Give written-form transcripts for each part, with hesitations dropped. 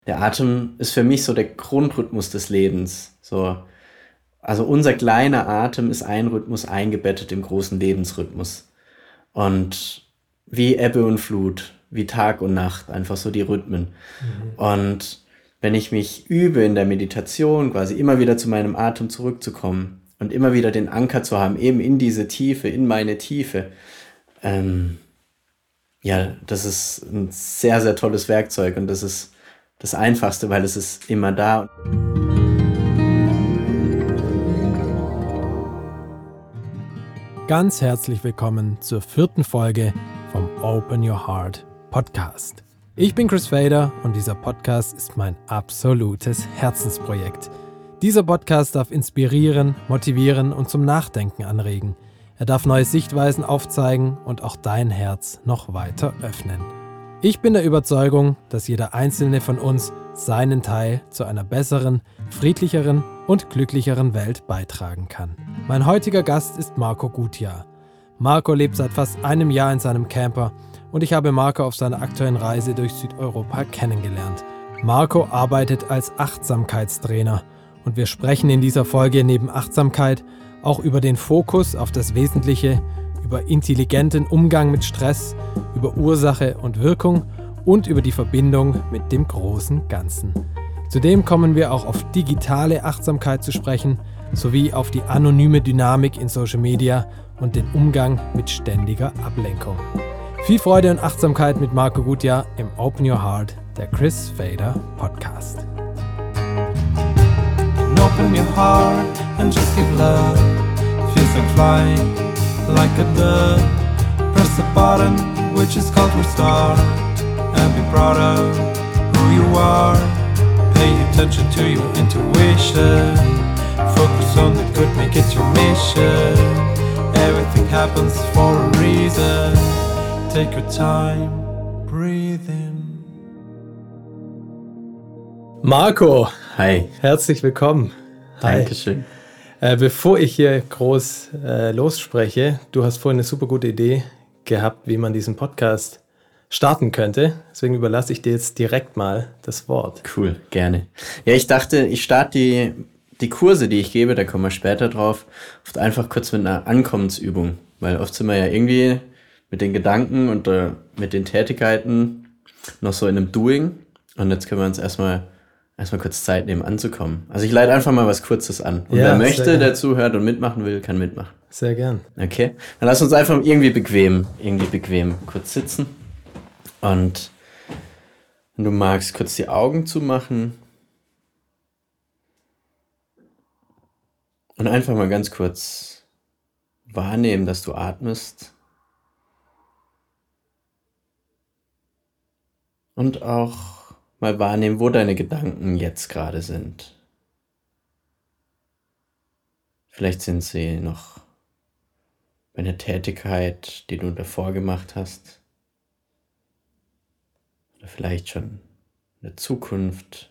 Der Atem ist für mich so der Grundrhythmus des Lebens. So, also unser kleiner Atem ist ein Rhythmus eingebettet im großen Lebensrhythmus. Und wie Ebbe und Flut, wie Tag und Nacht, einfach so die Rhythmen. Mhm. Und wenn ich mich übe in der Meditation, quasi immer wieder zu meinem Atem zurückzukommen und immer wieder den Anker zu haben, eben in diese Tiefe, in meine Tiefe, ähm, ja, das ist ein sehr, sehr tolles Werkzeug und das ist das Einfachste, weil es ist immer da. Ganz herzlich willkommen zur 4. Folge vom Open Your Heart Podcast. Ich bin Chris Fader und dieser Podcast ist mein absolutes Herzensprojekt. Dieser Podcast darf inspirieren, motivieren und zum Nachdenken anregen. Er darf neue Sichtweisen aufzeigen und auch dein Herz noch weiter öffnen. Ich bin der Überzeugung, dass jeder einzelne von uns seinen Teil zu einer besseren, friedlicheren und glücklicheren Welt beitragen kann. Mein heutiger Gast ist Marco Gutjahr. Marco lebt seit fast einem Jahr in seinem Camper und ich habe Marco auf seiner aktuellen Reise durch Südeuropa kennengelernt. Marco arbeitet als Achtsamkeitstrainer und wir sprechen in dieser Folge neben Achtsamkeit auch über den Fokus auf das Wesentliche, über intelligenten Umgang mit Stress, über Ursache und Wirkung und über die Verbindung mit dem großen Ganzen. Zudem kommen wir auch auf digitale Achtsamkeit zu sprechen, sowie auf die anonyme Dynamik in Social Media und den Umgang mit ständiger Ablenkung. Viel Freude und Achtsamkeit mit Marco Gutjahr im Open Your Heart, der Chris Fader Podcast. Open your heart and just give love. Feels like flying, like a dove. Press the button, which is called restart, and be proud of who you are. Pay attention to your intuition. Focus on the good, make it your mission. Everything happens for a reason. Take your time, breathe in. Marco, Hi, herzlich willkommen. Hi. Dankeschön. Bevor ich hier groß losspreche, du hast vorhin eine super gute Idee gehabt, wie man diesen Podcast starten könnte. Deswegen überlasse ich dir jetzt direkt mal das Wort. Cool, gerne. Ja, ich dachte, ich starte die Kurse, die ich gebe, da kommen wir später drauf, oft einfach kurz mit einer Ankommensübung. Weil oft sind wir ja irgendwie mit den Gedanken und mit den Tätigkeiten noch so in einem Doing. Und jetzt können wir uns erstmal kurz Zeit nehmen, anzukommen. Also ich leite einfach mal was Kurzes an. Und Ja, wer sehr möchte, gern. der zuhört und mitmachen will, kann mitmachen. Sehr gern. Okay? Dann lass uns einfach irgendwie bequem kurz sitzen. Und wenn du magst, kurz die Augen zumachen. Und einfach mal ganz kurz wahrnehmen, dass du atmest. Und auch mal wahrnehmen, wo deine Gedanken jetzt gerade sind. Vielleicht sind sie noch bei einer Tätigkeit, die du davor gemacht hast. Oder vielleicht schon in der Zukunft.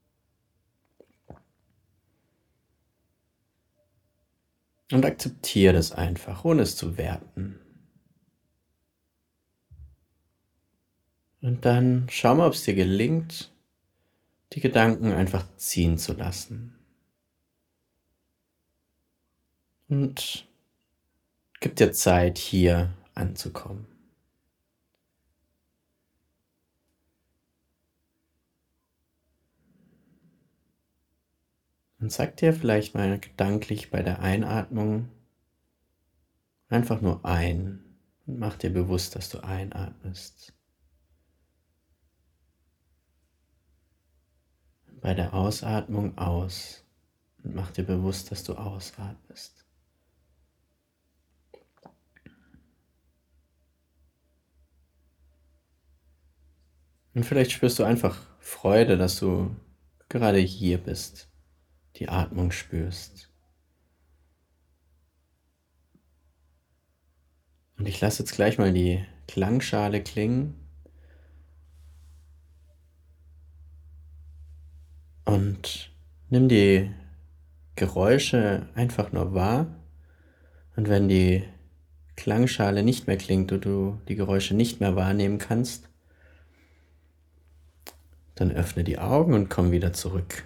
Und akzeptiere das einfach, ohne es zu werten. Und dann schau mal, ob es dir gelingt, die Gedanken einfach ziehen zu lassen. Und gib dir Zeit, hier anzukommen. Und sag dir vielleicht mal gedanklich bei der Einatmung einfach nur ein und mach dir bewusst, dass du einatmest. Bei der Ausatmung aus und mach dir bewusst, dass du ausatmest. Und vielleicht spürst du einfach Freude, dass du gerade hier bist, die Atmung spürst. Und ich lasse jetzt gleich mal die Klangschale klingen. Und nimm die Geräusche einfach nur wahr. Und wenn die Klangschale nicht mehr klingt und du die Geräusche nicht mehr wahrnehmen kannst, Dann öffne die Augen und komm wieder zurück.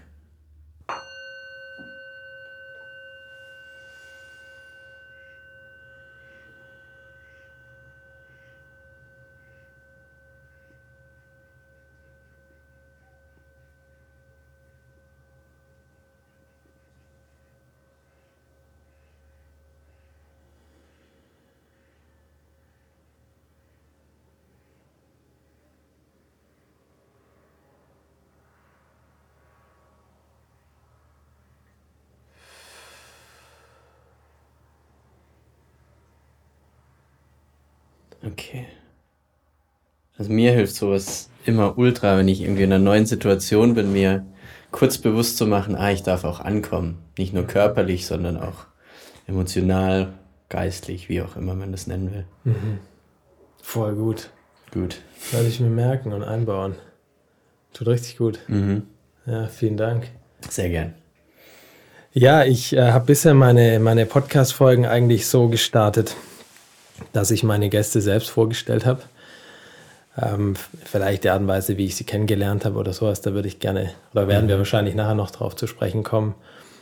Okay. Also mir hilft sowas immer ultra, wenn ich irgendwie in einer neuen Situation bin, mir kurz bewusst zu machen, ich darf auch ankommen. Nicht nur körperlich, sondern auch emotional, geistlich, wie auch immer man das nennen will. Voll gut. Gut. Werde ich mir merken und einbauen. Tut richtig gut. Ja, vielen Dank. Sehr gern. Ja, ich habe bisher meine Podcast-Folgen eigentlich so gestartet, dass ich meine Gäste selbst vorgestellt habe. Vielleicht die Art und Weise, wie ich sie kennengelernt habe oder sowas, da würde ich gerne, oder werden wir wahrscheinlich nachher noch drauf zu sprechen kommen.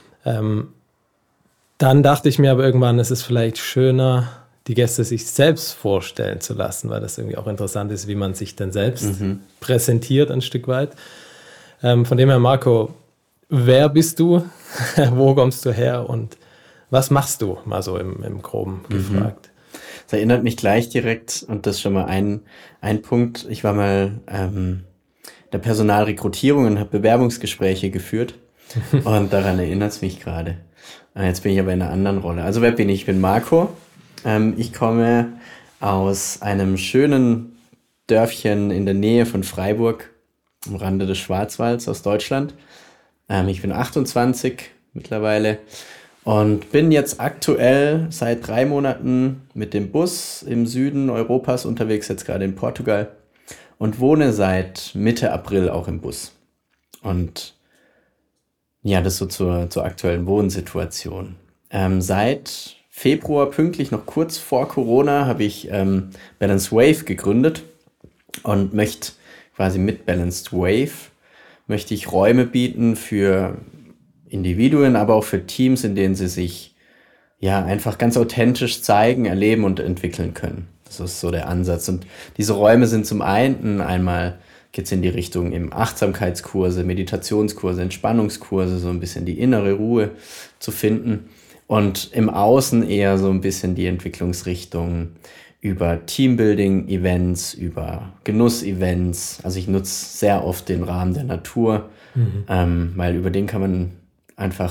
Dann dachte ich mir aber irgendwann, es ist vielleicht schöner, die Gäste sich selbst vorstellen zu lassen, weil das irgendwie auch interessant ist, wie man sich dann selbst präsentiert ein Stück weit. Von dem her, Marco, wer bist du, wo kommst du her und was machst du, mal so im Groben gefragt? Das erinnert mich gleich direkt, und das ist schon mal ein Punkt. Ich war mal in der Personalrekrutierung und habe Bewerbungsgespräche geführt. Und daran erinnert es mich gerade. Jetzt bin ich aber in einer anderen Rolle. Also wer bin ich? Ich bin Marco. Ich komme aus einem schönen Dörfchen in der Nähe von Freiburg, am Rande des Schwarzwalds aus Deutschland. Ich bin 28 mittlerweile. Und bin jetzt aktuell seit 3 Monaten mit dem Bus im Süden Europas unterwegs, jetzt gerade in Portugal. Und wohne seit Mitte April auch im Bus. Und ja, das so zur aktuellen Wohnsituation. Seit Februar, pünktlich noch kurz vor Corona, habe ich Balanced Wave gegründet. Und möchte quasi mit Balanced Wave, möchte ich Räume bieten für Individuen, aber auch für Teams, in denen sie sich ja einfach ganz authentisch zeigen, erleben und entwickeln können. Das ist so der Ansatz. Und diese Räume sind zum einen, einmal geht es in die Richtung eben Achtsamkeitskurse, Meditationskurse, Entspannungskurse, so ein bisschen die innere Ruhe zu finden. Und im Außen eher so ein bisschen die Entwicklungsrichtung über Teambuilding-Events, über Genuss-Events. Also ich nutze sehr oft den Rahmen der Natur, weil über den kann man einfach,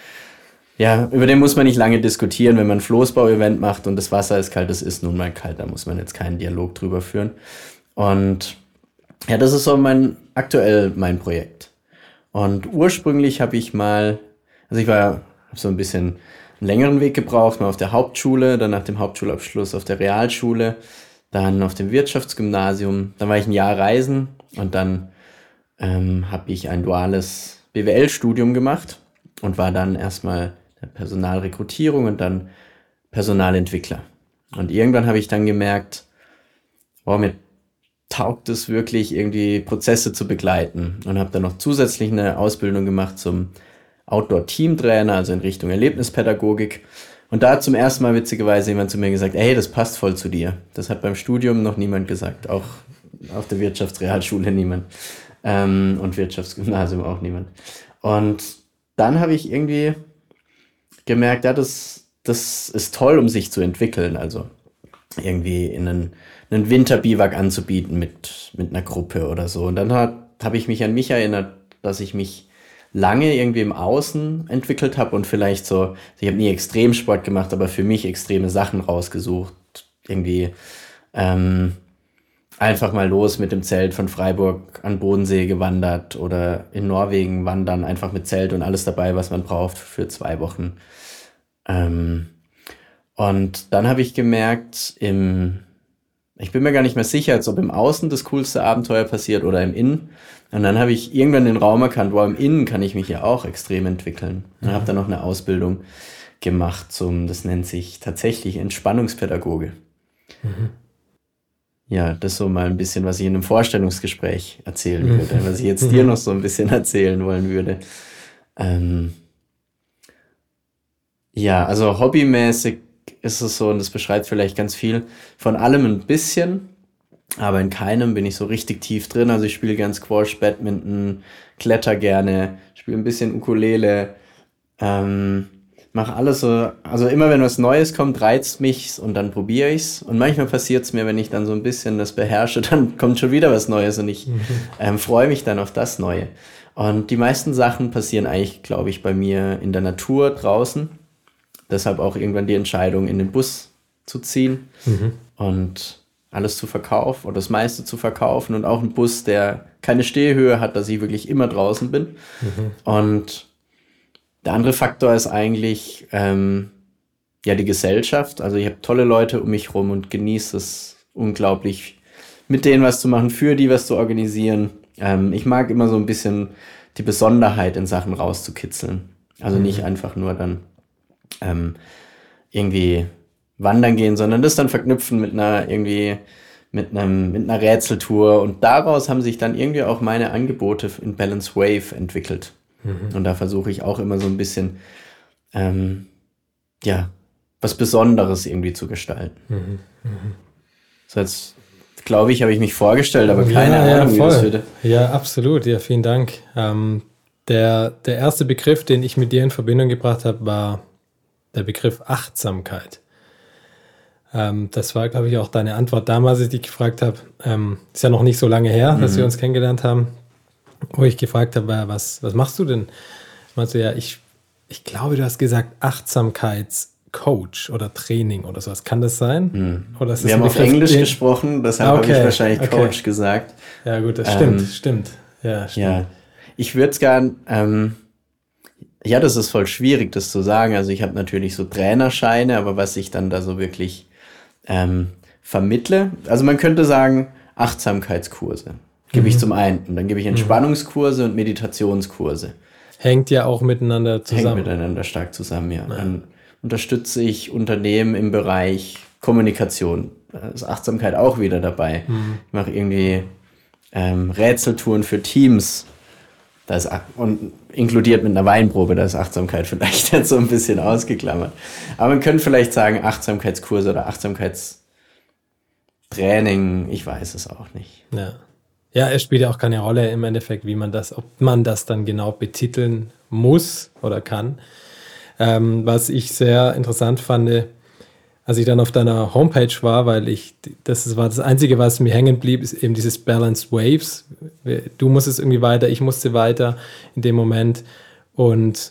ja, über den muss man nicht lange diskutieren, wenn man ein Floßbau-Event macht und das Wasser ist kalt, das ist nun mal kalt, da muss man jetzt keinen Dialog drüber führen. Und ja, das ist so mein Projekt. Und ursprünglich habe ich mal, also ich habe so ein bisschen einen längeren Weg gebraucht, mal auf der Hauptschule, dann nach dem Hauptschulabschluss auf der Realschule, dann auf dem Wirtschaftsgymnasium, dann war ich ein Jahr reisen und dann habe ich ein duales BWL-Studium gemacht und war dann erstmal der Personalrekrutierung und dann Personalentwickler. Und irgendwann habe ich dann gemerkt, wow, mir taugt es wirklich, irgendwie Prozesse zu begleiten, und habe dann noch zusätzlich eine Ausbildung gemacht zum Outdoor-Team-Trainer, also in Richtung Erlebnispädagogik. Und da hat zum ersten Mal witzigerweise jemand zu mir gesagt, hey, das passt voll zu dir. Das hat beim Studium noch niemand gesagt, auch auf der Wirtschaftsrealschule niemand. Und Wirtschaftsgymnasium auch niemand. Und dann habe ich irgendwie gemerkt, ja, das ist toll, um sich zu entwickeln. Also irgendwie in einen Winterbiwak anzubieten mit einer Gruppe oder so. Und dann habe ich mich an mich erinnert, dass ich mich lange irgendwie im Außen entwickelt habe und vielleicht so, ich habe nie Extremsport gemacht, aber für mich extreme Sachen rausgesucht. Irgendwie einfach mal los mit dem Zelt von Freiburg an Bodensee gewandert oder in Norwegen wandern, einfach mit Zelt und alles dabei, was man braucht für 2 Wochen. Und dann habe ich gemerkt, ich bin mir gar nicht mehr sicher, als ob im Außen das coolste Abenteuer passiert oder im Innen. Und dann habe ich irgendwann den Raum erkannt, wow, im Innen kann ich mich ja auch extrem entwickeln. Und habe dann noch eine Ausbildung gemacht das nennt sich tatsächlich Entspannungspädagoge. ja, das so mal ein bisschen, was ich in einem Vorstellungsgespräch erzählen würde, was ich jetzt dir noch so ein bisschen erzählen wollen würde. Ja, also hobbymäßig ist es so, und das beschreibt vielleicht ganz viel, von allem ein bisschen, aber in keinem bin ich so richtig tief drin. Also ich spiele gern Squash, Badminton, kletter gerne, spiele ein bisschen Ukulele, mache alles so, also immer wenn was Neues kommt, reizt mich's und dann probiere ich's. Und manchmal passiert's mir, wenn ich dann so ein bisschen das beherrsche, dann kommt schon wieder was Neues und ich freue mich dann auf das Neue. Und die meisten Sachen passieren eigentlich, glaube ich, bei mir in der Natur draußen. Deshalb auch irgendwann die Entscheidung, in den Bus zu ziehen und alles zu verkaufen oder das meiste zu verkaufen und auch ein Bus, der keine Stehhöhe hat, dass ich wirklich immer draußen bin. Und der andere Faktor ist eigentlich ja die Gesellschaft. Also ich habe tolle Leute um mich rum und genieße es unglaublich, mit denen was zu machen, für die was zu organisieren. Ich mag immer so ein bisschen die Besonderheit in Sachen rauszukitzeln. Also nicht einfach nur dann irgendwie wandern gehen, sondern das dann verknüpfen mit einer Rätseltour. Und daraus haben sich dann irgendwie auch meine Angebote in Balance Wave entwickelt. Und da versuche ich auch immer so ein bisschen ja, was Besonderes irgendwie zu gestalten. So jetzt, glaube ich, habe ich mich vorgestellt, aber keine Ahnung, wie das würde. Ja, absolut. Ja, vielen Dank. Der erste Begriff, den ich mit dir in Verbindung gebracht habe, war der Begriff Achtsamkeit. Das war, glaube ich, auch deine Antwort damals, als ich dich gefragt habe. Ist ja noch nicht so lange her, dass wir uns kennengelernt haben, wo ich gefragt habe, was machst du denn? Meinst du, ja, ich glaube, du hast gesagt Achtsamkeitscoach oder Training oder sowas. Kann das sein? Oder ist das wir haben auf Englisch gesprochen, deshalb habe ich wahrscheinlich Coach gesagt. Ja gut, das stimmt. Ja, stimmt. Ja, ich würde es gern... ja, das ist voll schwierig, das zu sagen. Also ich habe natürlich so Trainerscheine, aber was ich dann da so wirklich vermittle, also man könnte sagen Achtsamkeitskurse gebe ich zum einen. Und dann gebe ich Entspannungskurse und Meditationskurse. Hängt ja auch miteinander zusammen. Hängt miteinander stark zusammen, ja. Dann unterstütze ich Unternehmen im Bereich Kommunikation. Da ist Achtsamkeit auch wieder dabei. Ich mache irgendwie Rätseltouren für Teams. Und inkludiert mit einer Weinprobe, da ist Achtsamkeit vielleicht jetzt so ein bisschen ausgeklammert. Aber man könnte vielleicht sagen Achtsamkeitskurse oder Achtsamkeitstraining, ich weiß es auch nicht. Ja, es spielt ja auch keine Rolle im Endeffekt, ob man das dann genau betiteln muss oder kann. Was ich sehr interessant fand, als ich dann auf deiner Homepage war, weil das war das Einzige, was mir hängen blieb, ist eben dieses Balanced Waves. Du musstest irgendwie weiter, ich musste weiter in dem Moment. Und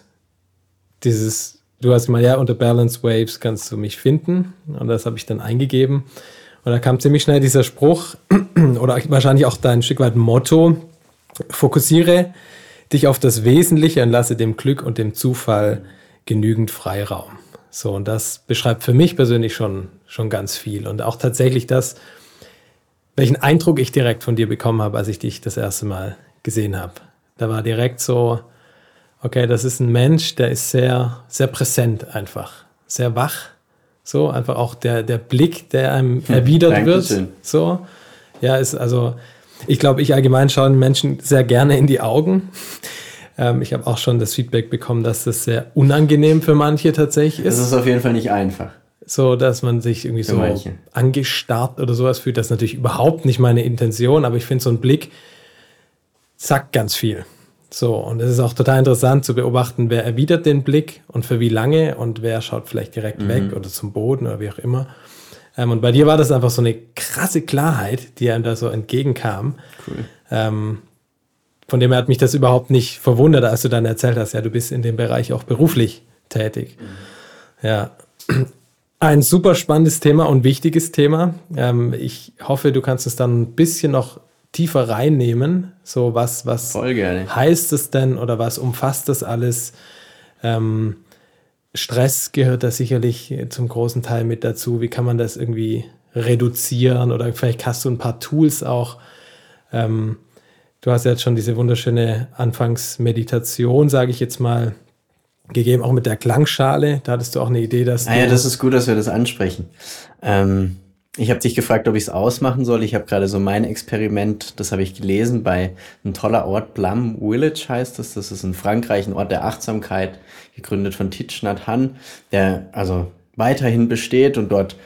du hast gemeint, ja, unter Balanced Waves kannst du mich finden. Und das habe ich dann eingegeben. Und da kam ziemlich schnell dieser Spruch, oder wahrscheinlich auch dein Stück weit Motto: Fokussiere dich auf das Wesentliche und lasse dem Glück und dem Zufall genügend Freiraum. So, und das beschreibt für mich persönlich schon ganz viel. Und auch tatsächlich welchen Eindruck ich direkt von dir bekommen habe, als ich dich das erste Mal gesehen habe. Da war direkt so, okay, das ist ein Mensch, der ist sehr, sehr präsent einfach. Sehr wach. So, einfach auch der Blick, der einem erwidert wird. So, ja, ist also, ich glaube, ich allgemein schaue Menschen sehr gerne in die Augen. Ich habe auch schon das Feedback bekommen, dass das sehr unangenehm für manche tatsächlich ist. Das ist auf jeden Fall nicht einfach. So, dass man sich irgendwie so angestarrt oder sowas fühlt. Das ist natürlich überhaupt nicht meine Intention, aber ich finde, so ein Blick sagt ganz viel. So, und es ist auch total interessant zu beobachten, wer erwidert den Blick und für wie lange und wer schaut vielleicht direkt weg oder zum Boden oder wie auch immer. Und bei dir war das einfach so eine krasse Klarheit, die einem da so entgegenkam. Cool. Von dem her hat mich das überhaupt nicht verwundert, als du dann erzählt hast, ja, du bist in dem Bereich auch beruflich tätig. Ja, ein super spannendes Thema und wichtiges Thema. Ich hoffe, du kannst es dann ein bisschen noch tiefer reinnehmen. So, was voll gerne. Heißt es denn oder was umfasst das alles? Stress gehört da sicherlich zum großen Teil mit dazu. Wie kann man das irgendwie reduzieren? Oder vielleicht hast du ein paar Tools auch. Du hast ja jetzt schon diese wunderschöne Anfangsmeditation, sage ich jetzt mal, gegeben, auch mit der Klangschale. Da hattest du auch eine Idee, dass ja, das ist gut, dass wir das ansprechen. Ich habe dich gefragt, ob ich es ausmachen soll. Ich habe gerade so mein Experiment, das habe ich gelesen, bei einem toller Ort, Plum Village heißt das. Das ist in Frankreich ein Ort der Achtsamkeit, gegründet von Thich Nhat Hanh, der also weiterhin besteht, und dort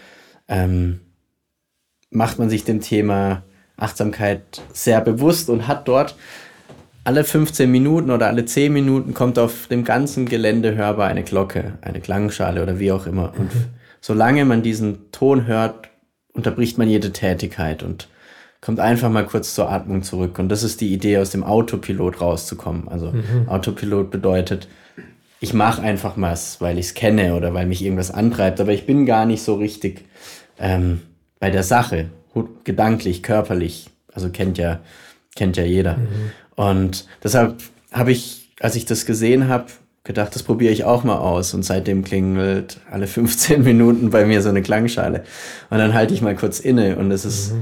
macht man sich dem Thema Achtsamkeit sehr bewusst und hat dort alle 15 Minuten oder alle 10 Minuten kommt auf dem ganzen Gelände hörbar eine Glocke, eine Klangschale oder wie auch immer. Und solange man diesen Ton hört, unterbricht man jede Tätigkeit und kommt einfach mal kurz zur Atmung zurück. Und das ist die Idee, aus dem Autopilot rauszukommen. Also Autopilot bedeutet, ich mache einfach was, weil ich es kenne oder weil mich irgendwas antreibt, aber ich bin gar nicht so richtig bei der Sache, gedanklich, körperlich. Also kennt ja jeder. Und deshalb habe ich, als ich das gesehen habe, gedacht, das probiere ich auch mal aus. Und seitdem klingelt alle 15 Minuten bei mir so eine Klangschale. Und dann halte ich mal kurz inne. Und es ist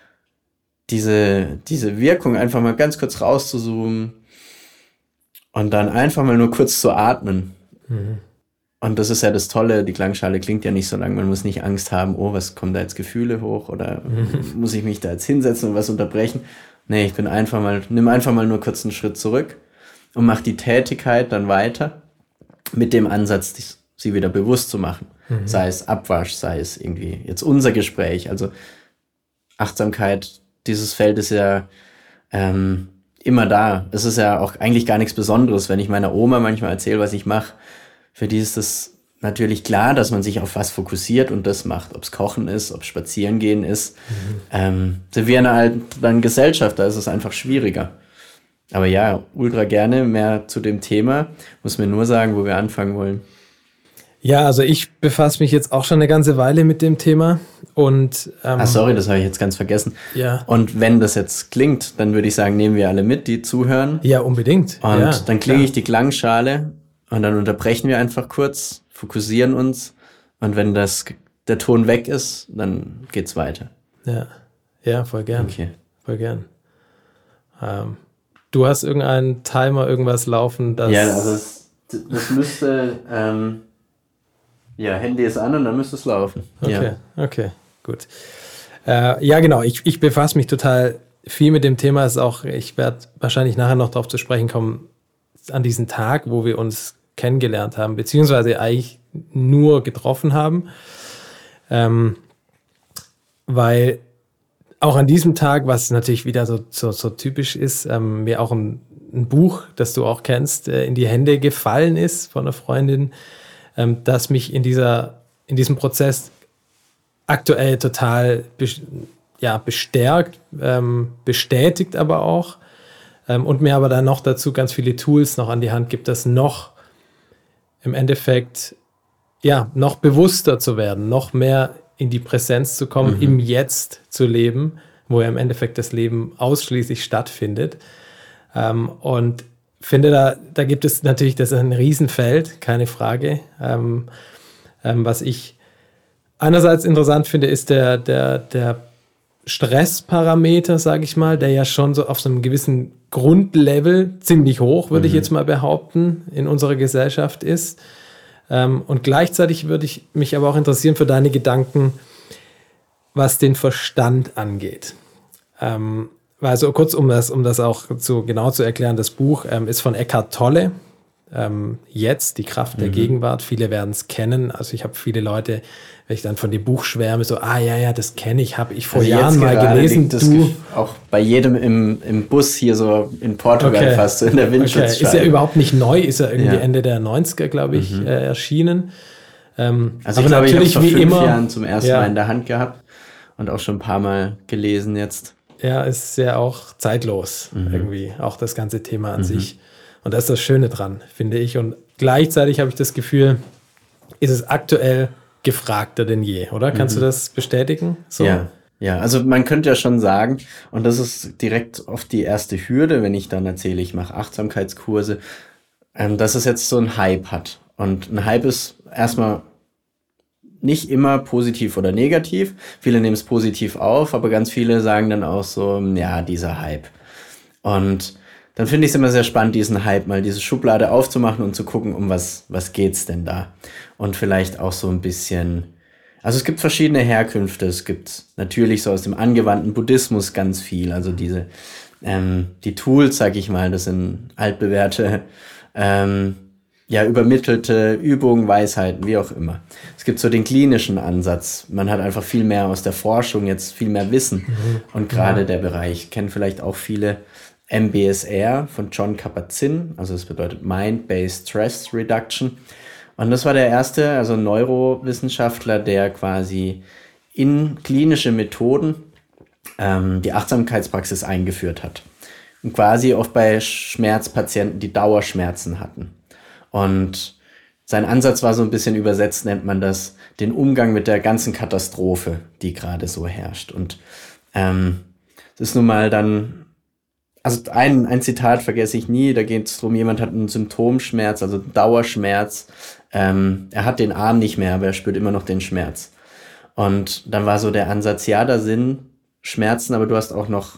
diese Wirkung, einfach mal ganz kurz rauszuzoomen und dann einfach mal nur kurz zu atmen. Und das ist ja das Tolle, die Klangschale klingt ja nicht so lang. Man muss nicht Angst haben, oh, was kommen da jetzt Gefühle hoch oder muss ich mich da jetzt hinsetzen und was unterbrechen. Nee, nimm einfach mal nur kurz einen Schritt zurück und mach die Tätigkeit dann weiter mit dem Ansatz, sie wieder bewusst zu machen. Sei es Abwasch, sei es irgendwie jetzt unser Gespräch. Also Achtsamkeit, dieses Feld ist ja immer da. Es ist ja auch eigentlich gar nichts Besonderes, wenn ich meiner Oma manchmal erzähle, was ich mache. Für die ist es natürlich klar, dass man sich auf was fokussiert und das macht. Ob es Kochen ist, ob es Spazierengehen ist. Sind wir in einer alten Gesellschaft, da ist es einfach schwieriger. Aber ja, ultra gerne mehr zu dem Thema. Muss mir nur sagen, wo wir anfangen wollen. Ja, also ich befasse mich jetzt auch schon eine ganze Weile mit dem Thema. Und sorry, das habe ich jetzt ganz vergessen. Ja. Und wenn das jetzt klingt, dann würde ich sagen, nehmen wir alle mit, die zuhören. Ja, unbedingt. Und ja, dann klinge ich die Klangschale und dann unterbrechen wir einfach kurz, fokussieren uns. Und wenn der Ton weg ist, dann geht's weiter. Ja, voll gern. Okay. Voll gern. Du hast irgendeinen Timer, irgendwas laufen, das... Ja, also das müsste... Handy ist an und dann müsste es laufen. Okay, gut. Ja, genau. Ich befasse mich total viel mit dem Thema. Ich werde wahrscheinlich nachher noch darauf zu sprechen kommen, an diesen Tag, wo wir uns kennengelernt haben, beziehungsweise eigentlich nur getroffen haben. Weil auch an diesem Tag, was natürlich wieder so typisch ist, mir auch ein Buch, das du auch kennst, in die Hände gefallen ist von einer Freundin, das mich in diesem Prozess aktuell total bestärkt, bestätigt aber auch und mir aber dann noch dazu ganz viele Tools noch an die Hand gibt, das noch im Endeffekt noch bewusster zu werden, noch mehr in die Präsenz zu kommen, im Jetzt zu leben, wo ja im Endeffekt das Leben ausschließlich stattfindet. Und finde, da gibt es natürlich, das ist ein Riesenfeld, keine Frage. Was ich einerseits interessant finde, ist der Stressparameter, sage ich mal, der ja schon so auf so einem gewissen Grundlevel ziemlich hoch, würde ich jetzt mal behaupten, in unserer Gesellschaft ist. Und gleichzeitig würde ich mich aber auch interessieren für deine Gedanken, was den Verstand angeht. Also kurz, um das auch genau zu erklären, das Buch ist von Eckhart Tolle, Jetzt, die Kraft der Gegenwart. Viele werden es kennen. Also ich habe viele Leute, wenn ich dann von dem Buch schwärme, so, das kenne ich, habe ich vor Jahren mal gelesen. Auch bei jedem im Bus hier so in Portugal fast, so in der Windschutzscheibe. Ist ja überhaupt nicht neu, ist ja irgendwie Ende der 90er, glaube ich, erschienen. Also ich glaube, ich habe es vor 5 Jahren zum ersten Mal in der Hand gehabt und auch schon ein paar Mal gelesen jetzt. Ja, ist ja auch zeitlos irgendwie, auch das ganze Thema an sich. Und das ist das Schöne dran, finde ich. Und gleichzeitig habe ich das Gefühl, ist es aktuell gefragter denn je, oder? Kannst du das bestätigen? So? Ja, also man könnte ja schon sagen, und das ist direkt oft die erste Hürde, wenn ich dann erzähle, ich mache Achtsamkeitskurse, dass es jetzt so einen Hype hat. Und ein Hype ist erstmal nicht immer positiv oder negativ. Viele nehmen es positiv auf, aber ganz viele sagen dann auch so, dieser Hype. Und dann finde ich es immer sehr spannend, diesen Hype mal, diese Schublade aufzumachen und zu gucken, um was geht's denn da? Und vielleicht auch so ein bisschen, Also es gibt verschiedene Herkünfte. Es gibt natürlich so aus dem angewandten Buddhismus ganz viel. Also die Tools, sag ich mal, das sind altbewährte, übermittelte Übungen, Weisheiten, wie auch immer. Es gibt so den klinischen Ansatz. Man hat einfach viel mehr aus der Forschung, jetzt viel mehr Wissen. Und gerade der Bereich, kennen vielleicht auch viele, MBSR von Jon Kabat-Zinn. Also das bedeutet Mind-Based Stress Reduction. Und das war der erste, also Neurowissenschaftler, der quasi in klinische Methoden die Achtsamkeitspraxis eingeführt hat. Und quasi oft bei Schmerzpatienten, die Dauerschmerzen hatten. Und sein Ansatz war so ein bisschen übersetzt, nennt man das, den Umgang mit der ganzen Katastrophe, die gerade so herrscht. Und es ist nun mal dann, also ein Zitat vergesse ich nie, da geht es darum, jemand hat einen Symptomschmerz, also Dauerschmerz. Er hat den Arm nicht mehr, aber er spürt immer noch den Schmerz. Und dann war so der Ansatz, ja, da sind Schmerzen, aber du hast auch noch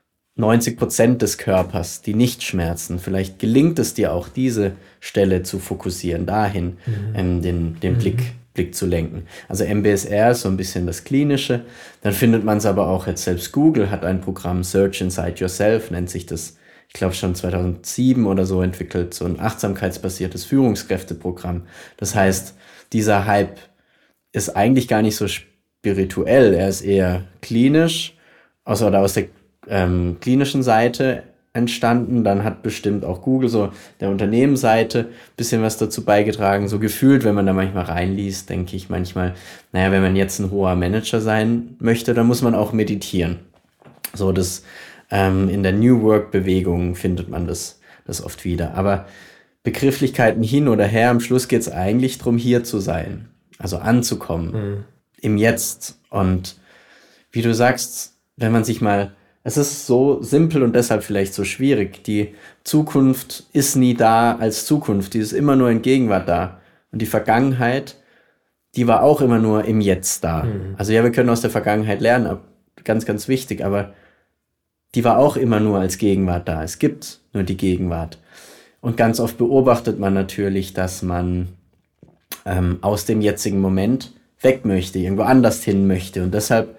90% des Körpers, die nicht schmerzen. Vielleicht gelingt es dir auch, diese Stelle zu fokussieren, dahin den Blick zu lenken. Also MBSR ist so ein bisschen das Klinische. Dann findet man es aber auch jetzt, selbst Google hat ein Programm, Search Inside Yourself, nennt sich das, ich glaube schon 2007 oder so entwickelt, so ein achtsamkeitsbasiertes Führungskräfteprogramm. Das heißt, dieser Hype ist eigentlich gar nicht so spirituell, er ist eher klinisch, aus der klinischen Seite entstanden. Dann hat bestimmt auch Google, so der Unternehmensseite, ein bisschen was dazu beigetragen. So gefühlt, wenn man da manchmal reinliest, denke ich manchmal, naja, wenn man jetzt ein hoher Manager sein möchte, dann muss man auch meditieren. So das in der New Work-Bewegung findet man das oft wieder. Aber Begrifflichkeiten hin oder her, am Schluss geht es eigentlich darum, hier zu sein. Also anzukommen im Jetzt. Und wie du sagst, wenn man sich mal, es ist so simpel und deshalb vielleicht so schwierig. Die Zukunft ist nie da als Zukunft, die ist immer nur in Gegenwart da. Und die Vergangenheit, die war auch immer nur im Jetzt da. Also ja, wir können aus der Vergangenheit lernen, ganz, ganz wichtig, aber die war auch immer nur als Gegenwart da. Es gibt nur die Gegenwart. Und ganz oft beobachtet man natürlich, dass man aus dem jetzigen Moment weg möchte, irgendwo anders hin möchte und deshalb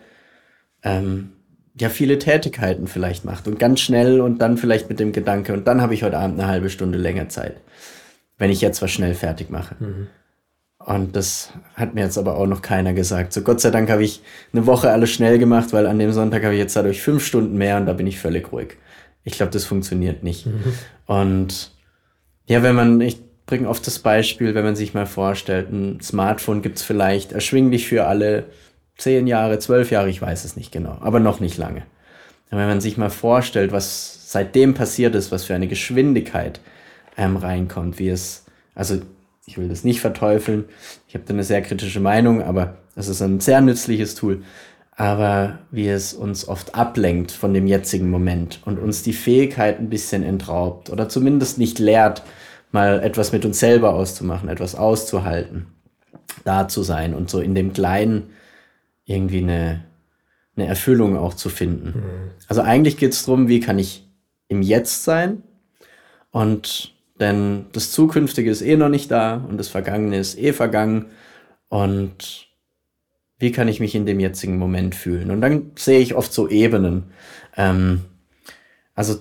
viele Tätigkeiten vielleicht macht und ganz schnell und dann vielleicht mit dem Gedanke, und dann habe ich heute Abend eine halbe Stunde länger Zeit, wenn ich jetzt was schnell fertig mache. Und das hat mir jetzt aber auch noch keiner gesagt. So Gott sei Dank habe ich eine Woche alles schnell gemacht, weil an dem Sonntag habe ich jetzt dadurch 5 Stunden mehr und da bin ich völlig ruhig. Ich glaube, das funktioniert nicht. Und ja, ich bringe oft das Beispiel, wenn man sich mal vorstellt, ein Smartphone gibt es vielleicht erschwinglich für alle 10 Jahre, 12 Jahre, ich weiß es nicht genau, aber noch nicht lange. Und wenn man sich mal vorstellt, was seitdem passiert ist, was für eine Geschwindigkeit reinkommt, also ich will das nicht verteufeln, ich habe da eine sehr kritische Meinung, aber es ist ein sehr nützliches Tool, aber wie es uns oft ablenkt von dem jetzigen Moment und uns die Fähigkeit ein bisschen entraubt oder zumindest nicht lehrt, mal etwas mit uns selber auszumachen, etwas auszuhalten, da zu sein und so in dem Kleinen irgendwie eine Erfüllung auch zu finden. Also eigentlich geht es darum, wie kann ich im Jetzt sein, und denn das Zukünftige ist noch nicht da und das Vergangene ist vergangen, und wie kann ich mich in dem jetzigen Moment fühlen? Und dann sehe ich oft so Ebenen. Also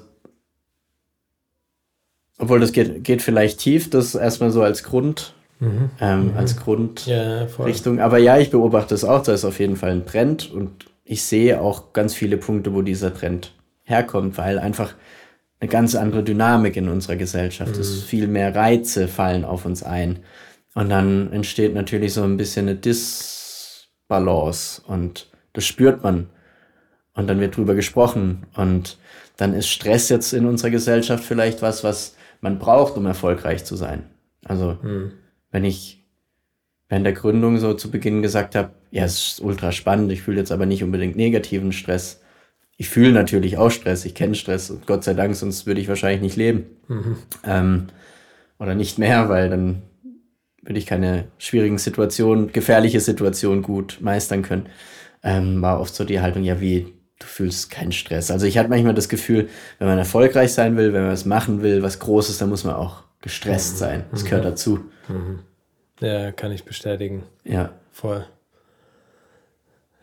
obwohl das geht vielleicht tief, das erstmal so als als Grundrichtung. Aber ja, ich beobachte es auch, da ist auf jeden Fall ein Trend und ich sehe auch ganz viele Punkte, wo dieser Trend herkommt, weil einfach eine ganz andere Dynamik in unserer Gesellschaft ist. Viel mehr Reize fallen auf uns ein. Und dann entsteht natürlich so ein bisschen eine Disbalance und das spürt man. Und dann wird drüber gesprochen und dann ist Stress jetzt in unserer Gesellschaft vielleicht was man braucht, um erfolgreich zu sein. Also wenn ich während der Gründung so zu Beginn gesagt habe, ja, es ist ultra spannend, ich fühle jetzt aber nicht unbedingt negativen Stress. Ich fühle natürlich auch Stress, ich kenne Stress und Gott sei Dank, sonst würde ich wahrscheinlich nicht leben. Oder nicht mehr, weil dann würde ich keine schwierigen Situationen, gefährliche Situationen gut meistern können. War oft so die Haltung, ja, wie, du fühlst keinen Stress. Also ich hatte manchmal das Gefühl, wenn man erfolgreich sein will, wenn man was machen will, was Großes, dann muss man auch gestresst sein. Das gehört dazu. Ja, kann ich bestätigen. Ja. Voll.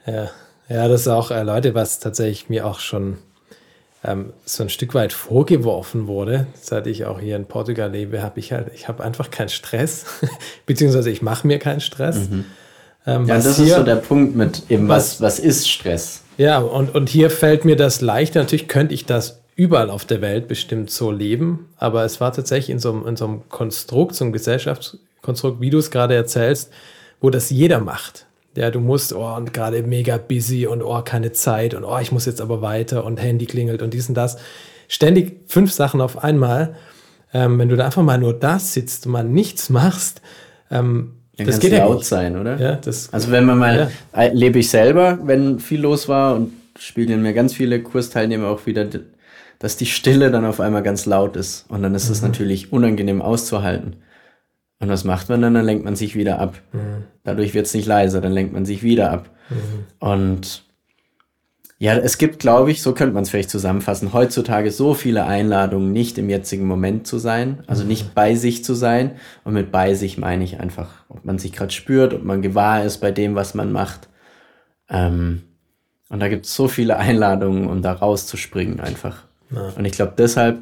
Ja, das ist auch, Leute, was tatsächlich mir auch schon so ein Stück weit vorgeworfen wurde, seit ich auch hier in Portugal lebe, ich habe einfach keinen Stress, beziehungsweise ich mache mir keinen Stress. Ja, das ist so der Punkt mit eben, was ist Stress? Ja, und hier fällt mir das leichter. Natürlich könnte ich das überall auf der Welt bestimmt so leben, aber es war tatsächlich in so einem Konstrukt, so einem Gesellschaftskonstrukt, wie du es gerade erzählst, wo das jeder macht. Ja, du musst, und gerade mega busy und keine Zeit und ich muss jetzt aber weiter und Handy klingelt und dies und das. Ständig 5 Sachen auf einmal. Wenn du da einfach mal nur da sitzt und mal nichts machst, das geht ja laut sein, oder? Ja, also wenn man mal, lebe ich selber, wenn viel los war und spiegeln mir ganz viele Kursteilnehmer auch wieder, dass die Stille dann auf einmal ganz laut ist. Und dann ist es natürlich unangenehm auszuhalten. Und was macht man dann? Dann lenkt man sich wieder ab. Dadurch wird es nicht leiser, dann lenkt man sich wieder ab. Und ja, es gibt, glaube ich, so könnte man es vielleicht zusammenfassen, heutzutage so viele Einladungen, nicht im jetzigen Moment zu sein, also nicht bei sich zu sein. Und mit bei sich meine ich einfach, ob man sich gerade spürt, ob man gewahr ist bei dem, was man macht. Und da gibt es so viele Einladungen, um da rauszuspringen einfach. Ja. Und ich glaube deshalb,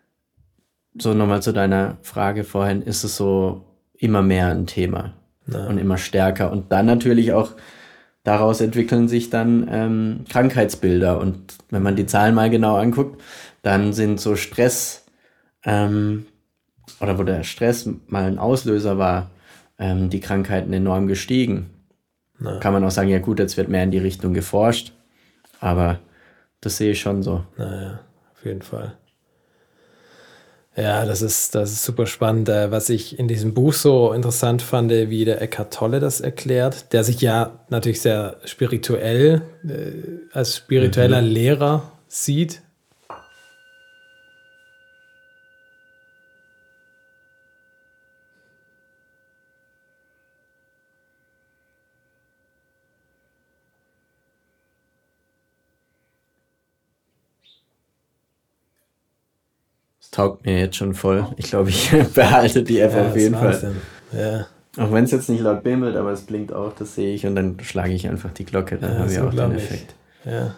so nochmal zu deiner Frage vorhin, ist es so immer mehr ein Thema und immer stärker. Und dann natürlich auch, daraus entwickeln sich dann Krankheitsbilder. Und wenn man die Zahlen mal genau anguckt, dann sind so Stress, oder wo der Stress mal ein Auslöser war, die Krankheiten enorm gestiegen. Kann man auch sagen, ja gut, jetzt wird mehr in die Richtung geforscht. Aber das sehe ich schon so. Naja, auf jeden Fall. Ja, das ist super spannend. Was ich in diesem Buch so interessant fand, wie der Eckhart Tolle das erklärt, der sich ja natürlich sehr spirituell, als spiritueller Lehrer sieht. Taugt mir jetzt schon voll. Ich glaube, ich behalte die App auf jeden Fall. Ja. Auch wenn es jetzt nicht laut bimmelt, aber es blinkt auch, das sehe ich und dann schlage ich einfach die Glocke, dann haben wir auch den Effekt. Ja.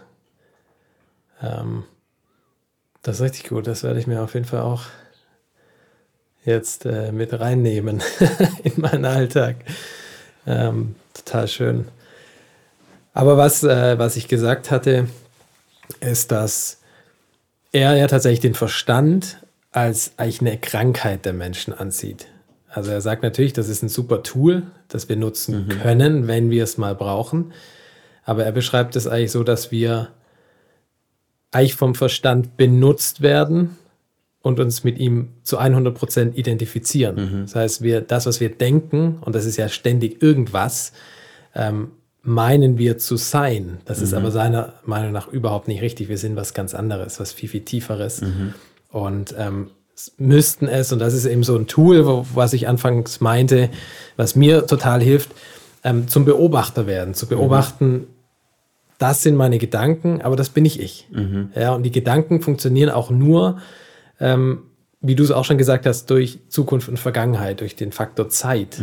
Das ist richtig gut, das werde ich mir auf jeden Fall auch jetzt mit reinnehmen in meinen Alltag. Total schön. Aber was ich gesagt hatte, ist, dass er ja tatsächlich den Verstand als eigentlich eine Krankheit der Menschen ansieht. Also er sagt natürlich, das ist ein super Tool, das wir nutzen können, wenn wir es mal brauchen. Aber er beschreibt es eigentlich so, dass wir eigentlich vom Verstand benutzt werden und uns mit ihm zu 100% identifizieren. Das heißt, das, was wir denken, und das ist ja ständig irgendwas, meinen wir zu sein. Das ist aber seiner Meinung nach überhaupt nicht richtig. Wir sind was ganz anderes, was viel, viel Tieferes. Und müssten es, und das ist eben so ein Tool, was ich anfangs meinte, was mir total hilft, zum Beobachter werden, zu beobachten, das sind meine Gedanken, aber das bin nicht ich. Ja, und die Gedanken funktionieren auch nur, wie du es auch schon gesagt hast, durch Zukunft und Vergangenheit, durch den Faktor Zeit.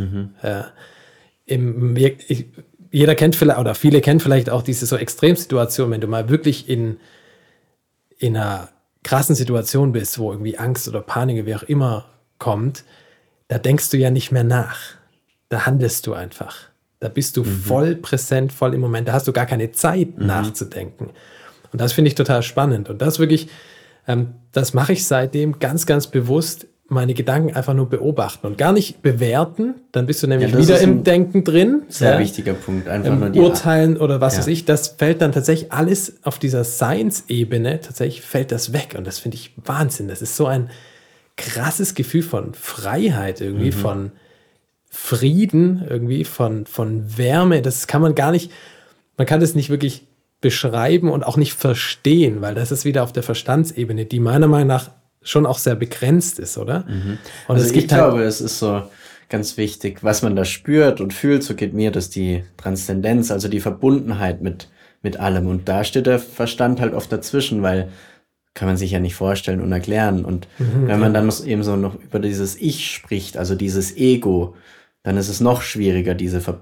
Jeder kennt vielleicht, oder viele kennen vielleicht auch diese so Extremsituation, wenn du mal wirklich in einer krassen Situation bist, wo irgendwie Angst oder Panik, wie auch immer, kommt, da denkst du ja nicht mehr nach. Da handelst du einfach. Da bist du voll präsent, voll im Moment. Da hast du gar keine Zeit nachzudenken. Und das finde ich total spannend. Und das wirklich, das mache ich seitdem ganz, ganz bewusst, meine Gedanken einfach nur beobachten und gar nicht bewerten. Dann bist du nämlich wieder im Denken drin. Sehr wichtiger Punkt. Einfach nur die Urteilen oder was weiß ich. Das fällt dann tatsächlich alles auf dieser Science-Ebene, tatsächlich fällt das weg. Und das finde ich Wahnsinn. Das ist so ein krasses Gefühl von Freiheit irgendwie, von Frieden irgendwie, von Wärme. Das kann man gar nicht, man kann das nicht wirklich beschreiben und auch nicht verstehen, weil das ist wieder auf der Verstandsebene, die meiner Meinung nach schon auch sehr begrenzt ist, oder? Und also ich glaube, es ist so ganz wichtig, was man da spürt und fühlt, so geht mir das die Transzendenz, also die Verbundenheit mit allem. Und da steht der Verstand halt oft dazwischen, weil kann man sich ja nicht vorstellen und erklären. Und wenn man dann eben so noch über dieses Ich spricht, also dieses Ego, dann ist es noch schwieriger, diese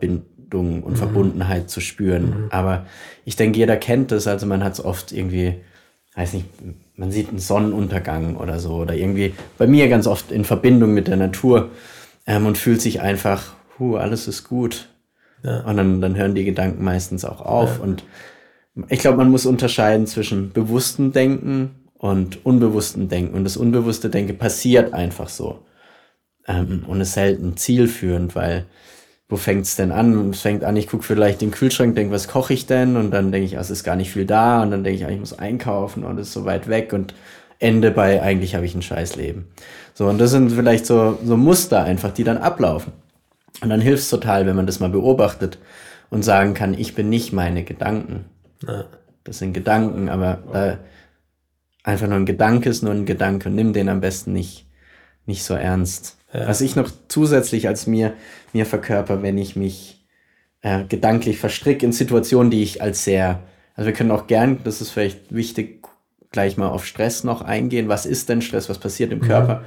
Bindung und Verbundenheit zu spüren. Aber ich denke, jeder kennt das, also man hat es oft irgendwie, weiß nicht, man sieht einen Sonnenuntergang oder so, oder irgendwie, bei mir ganz oft in Verbindung mit der Natur, und fühlt sich einfach, alles ist gut. Ja. Und dann hören die Gedanken meistens auch auf. Ja. Und ich glaube, man muss unterscheiden zwischen bewusstem Denken und unbewusstem Denken. Und das unbewusste Denken passiert einfach so. Und ist selten zielführend, weil wo fängt es denn an? Es fängt an, ich gucke vielleicht in den Kühlschrank, denke, was koche ich denn? Und dann denke ich, es ist gar nicht viel da. Und dann denke ich, ich muss einkaufen und es ist so weit weg. Und Ende bei, eigentlich habe ich ein scheiß Leben. So, und das sind vielleicht so Muster einfach, die dann ablaufen. Und dann hilft es total, wenn man das mal beobachtet und sagen kann, ich bin nicht meine Gedanken. Ja. Das sind Gedanken, aber einfach nur ein Gedanke ist nur ein Gedanke und nimm den am besten nicht so ernst. Ja. Was ich noch zusätzlich als mir verkörper, wenn ich mich gedanklich verstricke in Situationen, die ich als sehr, also wir können auch gern, das ist vielleicht wichtig, gleich mal auf Stress noch eingehen. Was ist denn Stress? Was passiert im Körper?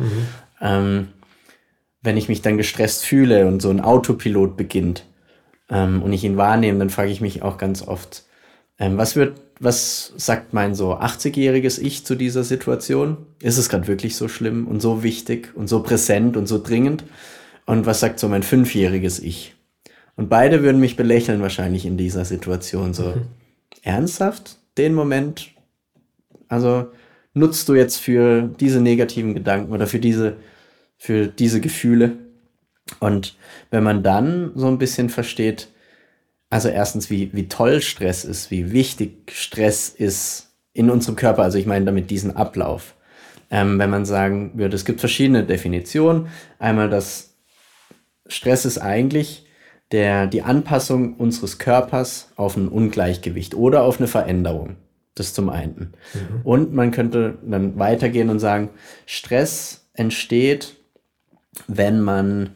Wenn ich mich dann gestresst fühle und so ein Autopilot beginnt und ich ihn wahrnehme, dann frage ich mich auch ganz oft, was sagt mein so 80-jähriges Ich zu dieser Situation? Ist es gerade wirklich so schlimm und so wichtig und so präsent und so dringend? Und was sagt so mein 5-jähriges Ich? Und beide würden mich belächeln wahrscheinlich in dieser Situation. So, ernsthaft? Den Moment? Also nutzt du jetzt für diese negativen Gedanken oder für diese Gefühle? Und wenn man dann so ein bisschen versteht, also erstens, wie toll Stress ist, wie wichtig Stress ist in unserem Körper, also ich meine damit diesen Ablauf. Wenn man sagen würde, es gibt verschiedene Definitionen. Einmal, dass Stress ist eigentlich die Anpassung unseres Körpers auf ein Ungleichgewicht oder auf eine Veränderung. Das zum einen. Und man könnte dann weitergehen und sagen, Stress entsteht, wenn man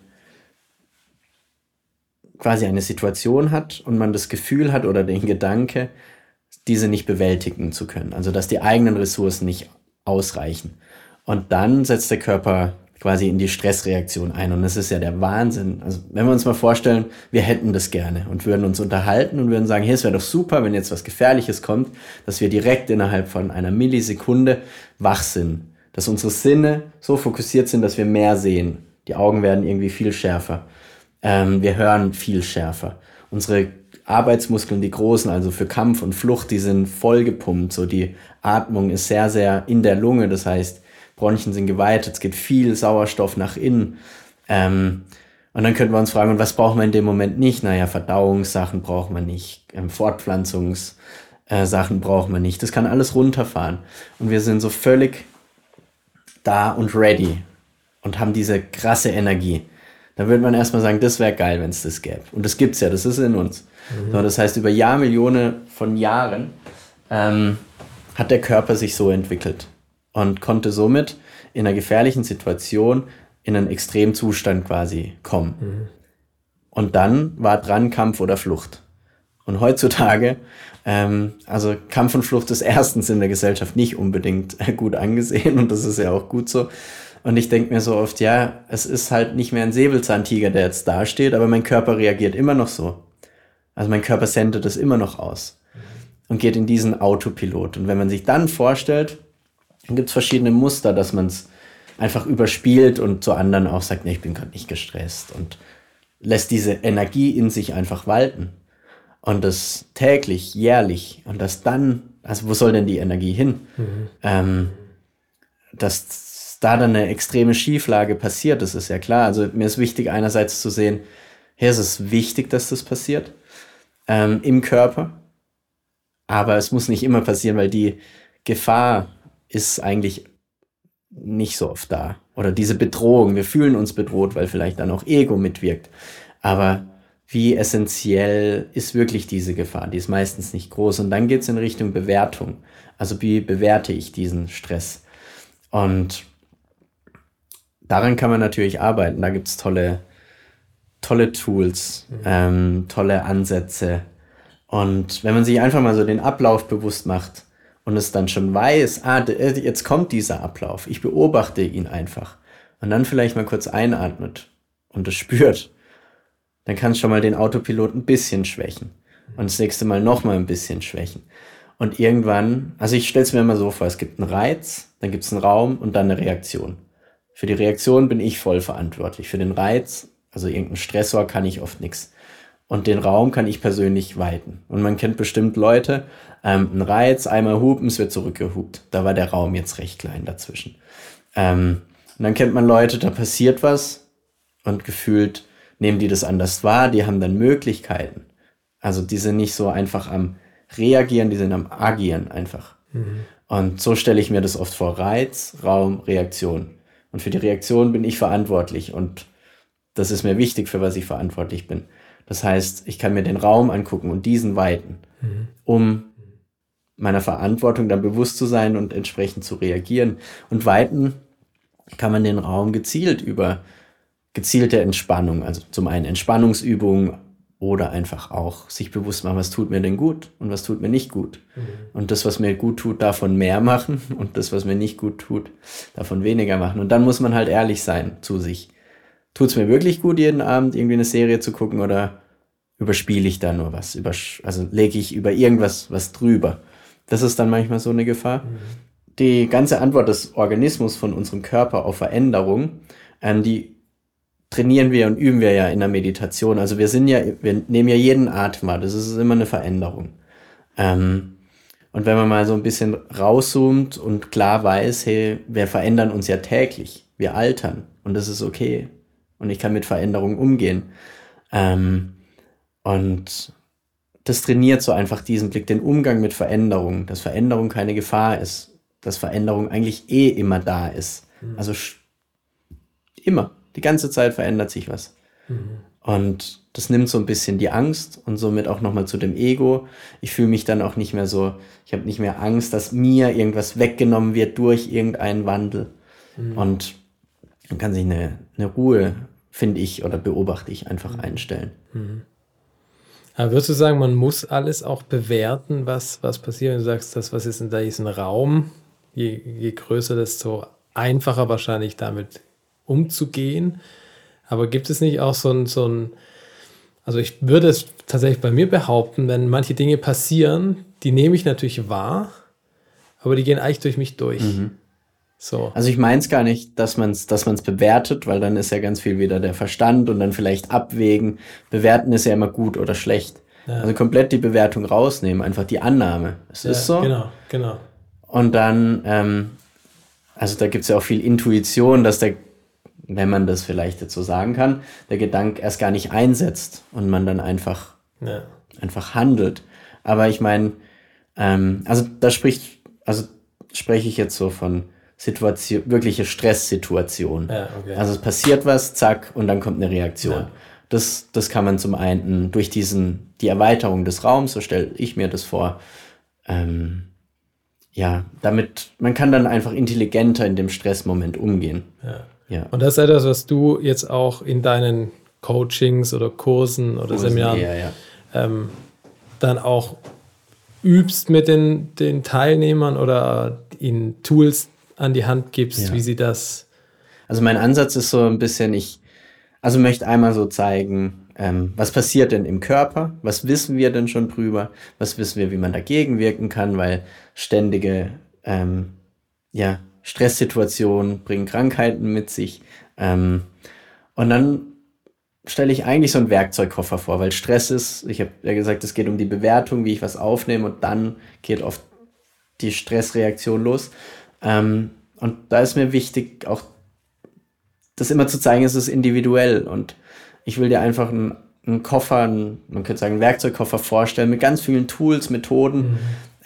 quasi eine Situation hat und man das Gefühl hat oder den Gedanke, diese nicht bewältigen zu können. Also, dass die eigenen Ressourcen nicht ausreichen. Und dann setzt der Körper quasi in die Stressreaktion ein. Und das ist ja der Wahnsinn. Also, wenn wir uns mal vorstellen, wir hätten das gerne und würden uns unterhalten und würden sagen, hey, es wäre doch super, wenn jetzt was Gefährliches kommt, dass wir direkt innerhalb von einer Millisekunde wach sind. Dass unsere Sinne so fokussiert sind, dass wir mehr sehen. Die Augen werden irgendwie viel schärfer. Wir hören viel schärfer. Unsere Arbeitsmuskeln, die großen, also für Kampf und Flucht, die sind voll gepumpt. So die Atmung ist sehr, sehr in der Lunge. Das heißt, Bronchien sind geweitet, es geht viel Sauerstoff nach innen. Und dann könnten wir uns fragen, und was brauchen wir in dem Moment nicht? Naja, Verdauungssachen braucht man nicht, Fortpflanzungssachen braucht man nicht. Das kann alles runterfahren. Und wir sind so völlig da und ready und haben diese krasse Energie. Da würde man erstmal sagen, das wäre geil, wenn es das gäbe. Und das gibt's ja, das ist in uns. So, das heißt, über Jahrmillionen von Jahren hat der Körper sich so entwickelt und konnte somit in einer gefährlichen Situation in einen Extremzustand quasi kommen. Und dann war dran Kampf oder Flucht. Und heutzutage, also Kampf und Flucht ist erstens in der Gesellschaft nicht unbedingt gut angesehen und das ist ja auch gut so. Und ich denke mir so oft, ja, es ist halt nicht mehr ein Säbelzahntiger, der jetzt dasteht, aber mein Körper reagiert immer noch so. Also mein Körper sendet es immer noch aus und geht in diesen Autopilot. Und wenn man sich dann vorstellt, dann gibt es verschiedene Muster, dass man es einfach überspielt und zu anderen auch sagt, nee, ich bin gerade nicht gestresst und lässt diese Energie in sich einfach walten. Und das täglich, jährlich und das dann, also wo soll denn die Energie hin? Dass da dann eine extreme Schieflage passiert, das ist ja klar. Also mir ist wichtig einerseits zu sehen, hey, es ist wichtig, dass das passiert im Körper, aber es muss nicht immer passieren, weil die Gefahr ist eigentlich nicht so oft da. Oder diese Bedrohung, wir fühlen uns bedroht, weil vielleicht dann auch Ego mitwirkt. Aber wie essentiell ist wirklich diese Gefahr? Die ist meistens nicht groß. Und dann geht es in Richtung Bewertung. Also wie bewerte ich diesen Stress? Und daran kann man natürlich arbeiten. Da gibt es tolle Tools, tolle Ansätze. Und wenn man sich einfach mal so den Ablauf bewusst macht und es dann schon weiß, jetzt kommt dieser Ablauf, ich beobachte ihn einfach und dann vielleicht mal kurz einatmet und es spürt, dann kannst du schon mal den Autopilot ein bisschen schwächen. Und das nächste Mal nochmal ein bisschen schwächen. Und irgendwann, also ich stelle es mir immer so vor, es gibt einen Reiz, dann gibt es einen Raum und dann eine Reaktion. Für die Reaktion bin ich voll verantwortlich. Für den Reiz, also irgendein Stressor, kann ich oft nichts. Und den Raum kann ich persönlich weiten. Und man kennt bestimmt Leute, ein Reiz, einmal hupen, es wird zurückgehupt. Da war der Raum jetzt recht klein dazwischen. Und dann kennt man Leute, da passiert was und gefühlt nehmen die das anders wahr, die haben dann Möglichkeiten. Also die sind nicht so einfach am Reagieren, die sind am Agieren einfach. Und so stelle ich mir das oft vor. Reiz, Raum, Reaktion. Und für die Reaktion bin ich verantwortlich und das ist mir wichtig, für was ich verantwortlich bin. Das heißt, ich kann mir den Raum angucken und diesen weiten, um meiner Verantwortung dann bewusst zu sein und entsprechend zu reagieren. Und weiten kann man den Raum gezielt über gezielte Entspannung, also zum einen Entspannungsübungen oder einfach auch sich bewusst machen, was tut mir denn gut und was tut mir nicht gut. Und das, was mir gut tut, davon mehr machen und das, was mir nicht gut tut, davon weniger machen. Und dann muss man halt ehrlich sein zu sich. Tut es mir wirklich gut, jeden Abend irgendwie eine Serie zu gucken oder überspiele ich da nur was? Also lege ich über irgendwas was drüber? Das ist dann manchmal so eine Gefahr. Die ganze Antwort des Organismus von unserem Körper auf Veränderung, die trainieren wir und üben wir ja in der Meditation. Also wir nehmen ja jeden Atem wahr. Das ist immer eine Veränderung. Und wenn man mal so ein bisschen rauszoomt und klar weiß, hey, wir verändern uns ja täglich. Wir altern und das ist okay. Und ich kann mit Veränderungen umgehen. Und das trainiert so einfach diesen Blick, den Umgang mit Veränderungen, dass Veränderung keine Gefahr ist, dass Veränderung eigentlich immer da ist. Also immer. Die ganze Zeit verändert sich was. Und das nimmt so ein bisschen die Angst und somit auch nochmal zu dem Ego. Ich fühle mich dann auch nicht mehr so, ich habe nicht mehr Angst, dass mir irgendwas weggenommen wird durch irgendeinen Wandel. Und dann kann sich eine Ruhe, finde ich, oder beobachte ich, einfach einstellen. Aber würdest du sagen, man muss alles auch bewerten, was passiert? Wenn du sagst, das, was ist in diesem Raum, je größer, desto einfacher wahrscheinlich damit umzugehen. Aber gibt es nicht auch so ein, also ich würde es tatsächlich bei mir behaupten, wenn manche Dinge passieren, die nehme ich natürlich wahr, aber die gehen eigentlich durch mich durch. So. Also ich meine es gar nicht, dass man es bewertet, weil dann ist ja ganz viel wieder der Verstand und dann vielleicht abwägen. Bewerten ist ja immer gut oder schlecht. Ja. Also komplett die Bewertung rausnehmen, einfach die Annahme. Es ist so. Genau. Und dann, also da gibt es ja auch viel Intuition, dass wenn man das vielleicht jetzt so sagen kann, der Gedanke erst gar nicht einsetzt und man dann einfach handelt. Aber ich meine, spreche ich jetzt so von wirkliche Stresssituation. Ja, okay. Also es passiert was, zack, und dann kommt eine Reaktion. Ja. Das kann man zum einen durch die Erweiterung des Raums, so stelle ich mir das vor, damit, man kann dann einfach intelligenter in dem Stressmoment umgehen. Ja. Und das ist etwas, was du jetzt auch in deinen Coachings oder Kursen oder Seminaren dann auch übst mit den Teilnehmern oder ihnen Tools an die Hand gibst, wie sie das... Also mein Ansatz ist so ein bisschen, möchte einmal so zeigen, was passiert denn im Körper, was wissen wir denn schon drüber, was wissen wir, wie man dagegen wirken kann, weil ständige Stresssituationen bringen Krankheiten mit sich. Und dann stelle ich eigentlich so einen Werkzeugkoffer vor, weil Stress ist, ich habe ja gesagt, es geht um die Bewertung, wie ich was aufnehme und dann geht oft die Stressreaktion los. Und da ist mir wichtig, auch das immer zu zeigen, es ist individuell und ich will dir einfach einen Koffer, man könnte sagen einen Werkzeugkoffer vorstellen mit ganz vielen Tools, Methoden,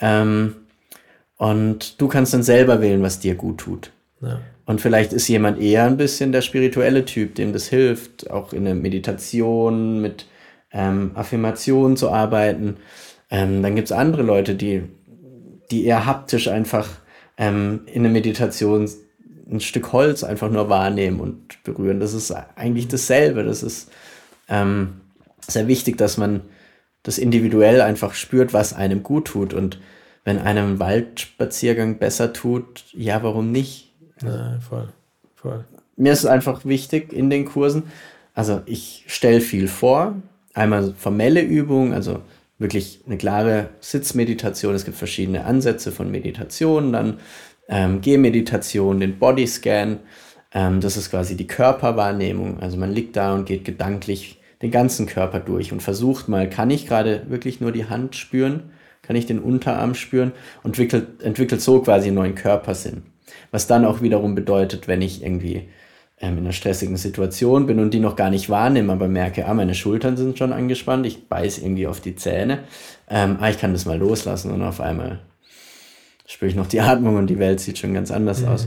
und du kannst dann selber wählen, was dir gut tut. Ja. Und vielleicht ist jemand eher ein bisschen der spirituelle Typ, dem das hilft, auch in der Meditation mit Affirmationen zu arbeiten. Dann gibt es andere Leute, die eher haptisch einfach in der Meditation ein Stück Holz einfach nur wahrnehmen und berühren. Das ist eigentlich dasselbe. Das ist sehr wichtig, dass man das individuell einfach spürt, was einem gut tut. Und wenn einem ein Waldspaziergang besser tut, ja, warum nicht? Ja, voll. Mir ist es einfach wichtig in den Kursen, Also ich stelle viel vor, einmal formelle Übungen, also wirklich eine klare Sitzmeditation. Es gibt verschiedene Ansätze von Meditation, dann Gehmeditation, den Bodyscan. Das ist quasi die Körperwahrnehmung. Also man liegt da und geht gedanklich den ganzen Körper durch und versucht mal, kann ich gerade wirklich nur die Hand spüren? Kann ich den Unterarm spüren? Und entwickelt so quasi einen neuen Körpersinn. Was dann auch wiederum bedeutet, wenn ich irgendwie in einer stressigen Situation bin und die noch gar nicht wahrnehme, aber merke, meine Schultern sind schon angespannt, ich beiß irgendwie auf die Zähne, ich kann das mal loslassen und auf einmal spüre ich noch die Atmung und die Welt sieht schon ganz anders aus.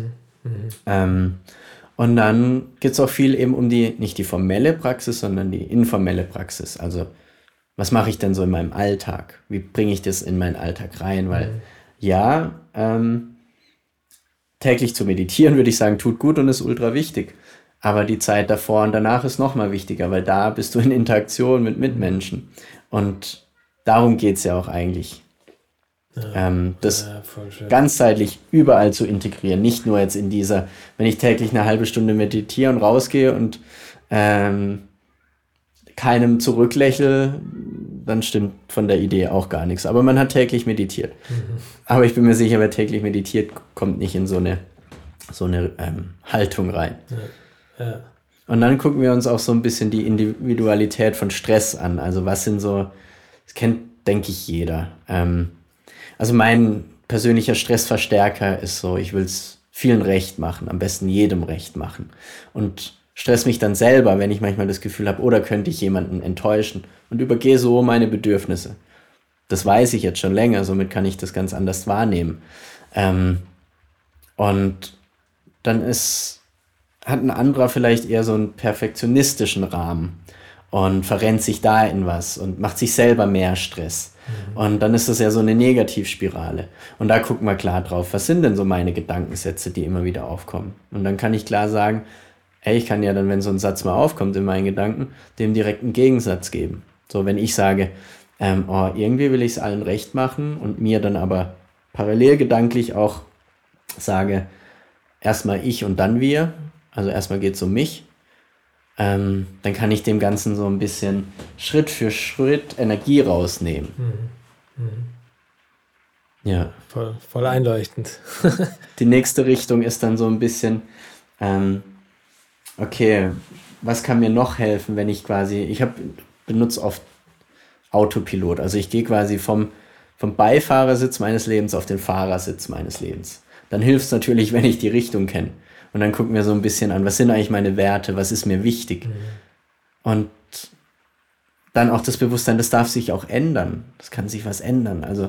Und dann geht es auch viel eben um nicht die formelle Praxis, sondern die informelle Praxis. Also was mache ich denn so in meinem Alltag? Wie bringe ich das in meinen Alltag rein? Weil täglich zu meditieren, würde ich sagen, tut gut und ist ultra wichtig. Aber die Zeit davor und danach ist nochmal wichtiger, weil da bist du in Interaktion mit Mitmenschen. Und darum geht es ja auch eigentlich. Das ganzheitlich überall zu integrieren. Nicht nur jetzt in dieser, wenn ich täglich eine halbe Stunde meditiere und rausgehe und keinem zurücklächle, dann stimmt von der Idee auch gar nichts. Aber man hat täglich meditiert. Aber ich bin mir sicher, wer täglich meditiert, kommt nicht in so eine Haltung rein. Ja. Und dann gucken wir uns auch so ein bisschen die Individualität von Stress an. Also was sind so, das kennt, denke ich, jeder. Also mein persönlicher Stressverstärker ist so, ich will es vielen recht machen, am besten jedem recht machen. Und stress mich dann selber, wenn ich manchmal das Gefühl habe, oder könnte ich jemanden enttäuschen und übergehe so meine Bedürfnisse. Das weiß ich jetzt schon länger, somit kann ich das ganz anders wahrnehmen. Und dann hat ein anderer vielleicht eher so einen perfektionistischen Rahmen und verrennt sich da in was und macht sich selber mehr Stress. Und dann ist das ja so eine Negativspirale. Und da gucken wir klar drauf, was sind denn so meine Gedankensätze, die immer wieder aufkommen. Und dann kann ich klar sagen, ich kann ja dann, wenn so ein Satz mal aufkommt in meinen Gedanken, dem direkt einen Gegensatz geben. So, wenn ich sage, irgendwie will ich es allen recht machen und mir dann aber parallel gedanklich auch sage, erstmal ich und dann wir, also erstmal geht es um mich, dann kann ich dem Ganzen so ein bisschen Schritt für Schritt Energie rausnehmen. Ja. Voll einleuchtend. Die nächste Richtung ist dann so ein bisschen, okay, was kann mir noch helfen, wenn ich benutze oft Autopilot. Also ich gehe quasi vom Beifahrersitz meines Lebens auf den Fahrersitz meines Lebens. Dann hilft es natürlich, wenn ich die Richtung kenne. Und dann gucken wir so ein bisschen an, was sind eigentlich meine Werte, was ist mir wichtig. Und dann auch das Bewusstsein, das darf sich auch ändern. Das kann sich was ändern. Also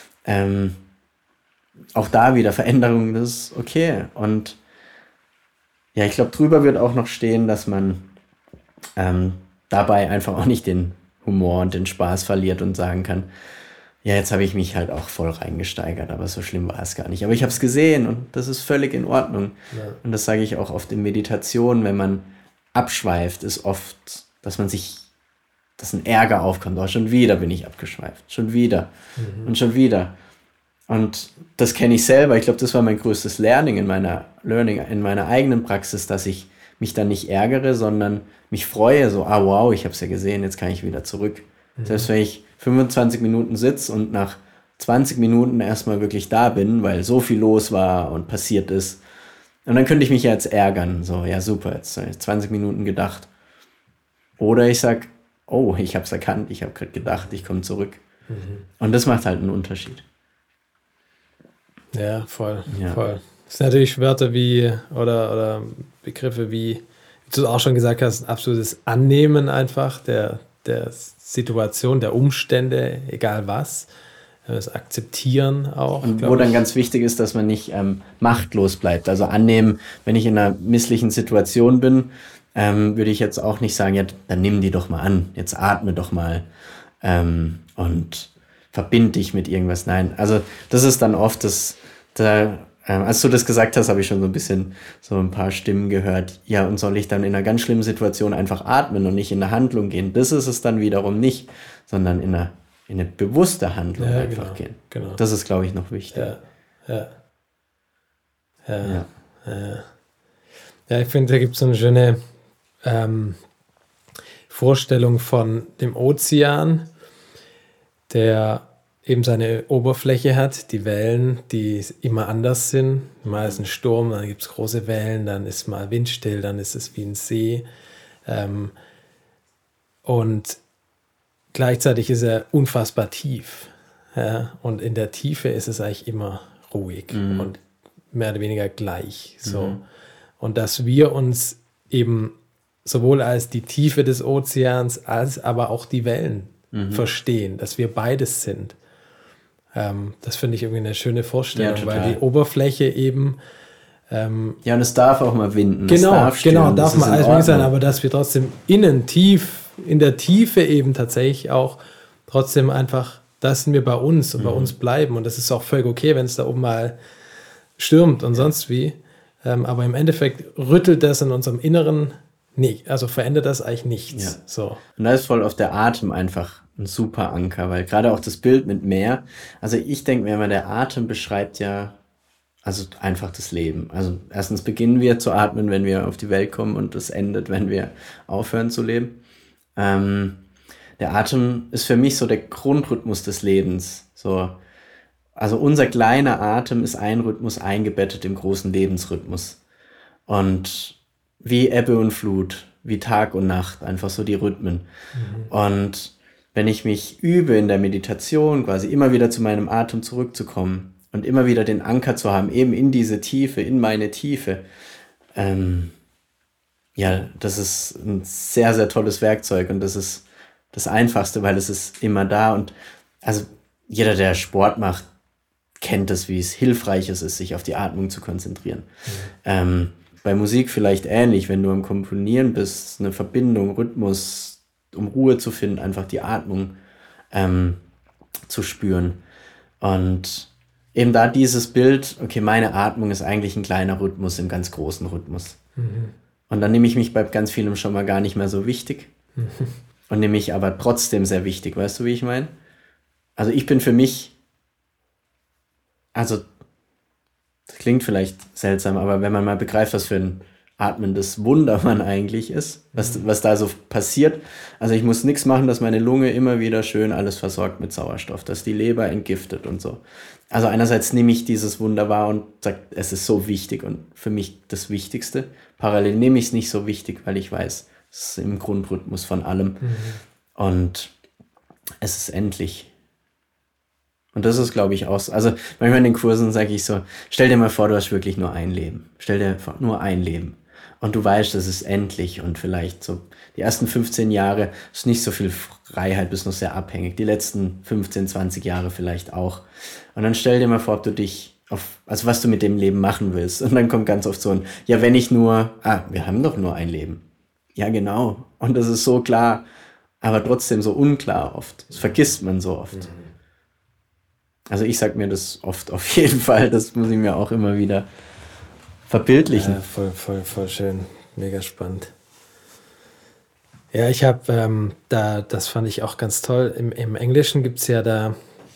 auch da wieder Veränderung, das ist okay. Und ja, ich glaube, drüber wird auch noch stehen, dass man dabei einfach auch nicht den Humor und den Spaß verliert und sagen kann, ja, jetzt habe ich mich halt auch voll reingesteigert, aber so schlimm war es gar nicht. Aber ich habe es gesehen und das ist völlig in Ordnung. Ja. Und das sage ich auch oft in Meditation, wenn man abschweift, ist oft, dass ein Ärger aufkommt. Oh, schon wieder bin ich abgeschweift. Schon wieder. Und schon wieder. Und das kenne ich selber. Ich glaube, das war mein größtes Learning in meiner eigenen Praxis, dass ich mich dann nicht ärgere, sondern mich freue, so, wow, ich habe es ja gesehen, jetzt kann ich wieder zurück. Selbst wenn ich 25 Minuten sitze und nach 20 Minuten erstmal wirklich da bin, weil so viel los war und passiert ist. Und dann könnte ich mich ja jetzt ärgern. So, ja super, jetzt habe ich 20 Minuten gedacht. Oder ich sage, ich habe es erkannt, ich habe gerade gedacht, ich komme zurück. Und das macht halt einen Unterschied. Ja, voll. Das sind natürlich Wörter oder Begriffe wie du auch schon gesagt hast, ein absolutes Annehmen einfach der Situation, der Umstände, egal was. Das Akzeptieren auch. Und wo dann ganz wichtig ist, dass man nicht machtlos bleibt. Also annehmen, wenn ich in einer misslichen Situation bin, würde ich jetzt auch nicht sagen, ja, dann nimm die doch mal an, jetzt atme doch mal und verbind dich mit irgendwas. Nein, also das ist dann oft als du das gesagt hast, habe ich schon so ein bisschen so ein paar Stimmen gehört. Ja, und soll ich dann in einer ganz schlimmen Situation einfach atmen und nicht in eine Handlung gehen? Das ist es dann wiederum nicht, sondern in eine bewusste Handlung gehen. Genau. Das ist, glaube ich, noch wichtig. Ja, ich finde, da gibt es so eine schöne Vorstellung von dem Ozean, der eben seine Oberfläche hat, die Wellen, die immer anders sind. Mal ist ein Sturm, dann gibt es große Wellen, dann ist mal windstill, dann ist es wie ein See. Und gleichzeitig ist er unfassbar tief. Ja? Und in der Tiefe ist es eigentlich immer ruhig und mehr oder weniger gleich. So. Und dass wir uns eben sowohl als die Tiefe des Ozeans, als aber auch die Wellen verstehen, dass wir beides sind. Das finde ich irgendwie eine schöne Vorstellung, weil die Oberfläche eben ja, und es darf auch mal winden. Genau, darf mal alles möglich sein, aber dass wir trotzdem innen tief, in der Tiefe eben tatsächlich auch trotzdem einfach, das sind wir bei uns und bei uns bleiben. Und das ist auch völlig okay, wenn es da oben mal stürmt und sonst wie. Aber im Endeffekt rüttelt das in unserem Inneren nicht, also verändert das eigentlich nichts. Ja. So. Und da ist voll auf der Atem einfach ein super Anker, weil gerade auch das Bild mit Meer, also ich denke mir immer, der Atem beschreibt ja also einfach das Leben. Also erstens beginnen wir zu atmen, wenn wir auf die Welt kommen und es endet, wenn wir aufhören zu leben. Der Atem ist für mich so der Grundrhythmus des Lebens. So. Also unser kleiner Atem ist ein Rhythmus eingebettet im großen Lebensrhythmus. Und wie Ebbe und Flut, wie Tag und Nacht, einfach so die Rhythmen. Und wenn ich mich übe in der Meditation, quasi immer wieder zu meinem Atem zurückzukommen und immer wieder den Anker zu haben, eben in diese Tiefe, in meine Tiefe, ja, das ist ein sehr, sehr tolles Werkzeug und das ist das Einfachste, weil es ist immer da und also jeder, der Sport macht, kennt es, wie es hilfreich ist, sich auf die Atmung zu konzentrieren. Bei Musik vielleicht ähnlich, wenn du am Komponieren bist, eine Verbindung, Rhythmus, um Ruhe zu finden, einfach die Atmung zu spüren. Und eben da dieses Bild, okay, meine Atmung ist eigentlich ein kleiner Rhythmus im ganz großen Rhythmus. Und dann nehme ich mich bei ganz vielem schon mal gar nicht mehr so wichtig und nehme mich aber trotzdem sehr wichtig. Weißt du, wie ich meine? Also ich bin für mich, also das klingt vielleicht seltsam, aber wenn man mal begreift, was für ein atmendes Wunder man eigentlich ist, was da so passiert. Also ich muss nichts machen, dass meine Lunge immer wieder schön alles versorgt mit Sauerstoff, dass die Leber entgiftet und so. Also einerseits nehme ich dieses Wunder wahr und sage, es ist so wichtig und für mich das Wichtigste. Parallel nehme ich es nicht so wichtig, weil ich weiß, es ist im Grundrhythmus von allem. Und es ist endlich. Und das ist, glaube ich, auch so. Also manchmal in den Kursen sage ich so, stell dir mal vor, du hast wirklich nur ein Leben. Stell dir vor, nur ein Leben. Und du weißt, das ist endlich und vielleicht so die ersten 15 Jahre ist nicht so viel Freiheit, bist noch sehr abhängig. Die letzten 15, 20 Jahre vielleicht auch. Und dann stell dir mal vor, ob du dich also was du mit dem Leben machen willst. Und dann kommt ganz oft so ein, ja, wenn ich nur, wir haben doch nur ein Leben. Ja, genau. Und das ist so klar, aber trotzdem so unklar oft. Das vergisst man so oft. Also ich sag mir das oft auf jeden Fall, das muss ich mir auch immer wieder verbildlichen. Ja, voll schön. Mega spannend. Ja, ich habe, das fand ich auch ganz toll. Im Englischen gibt es ja da,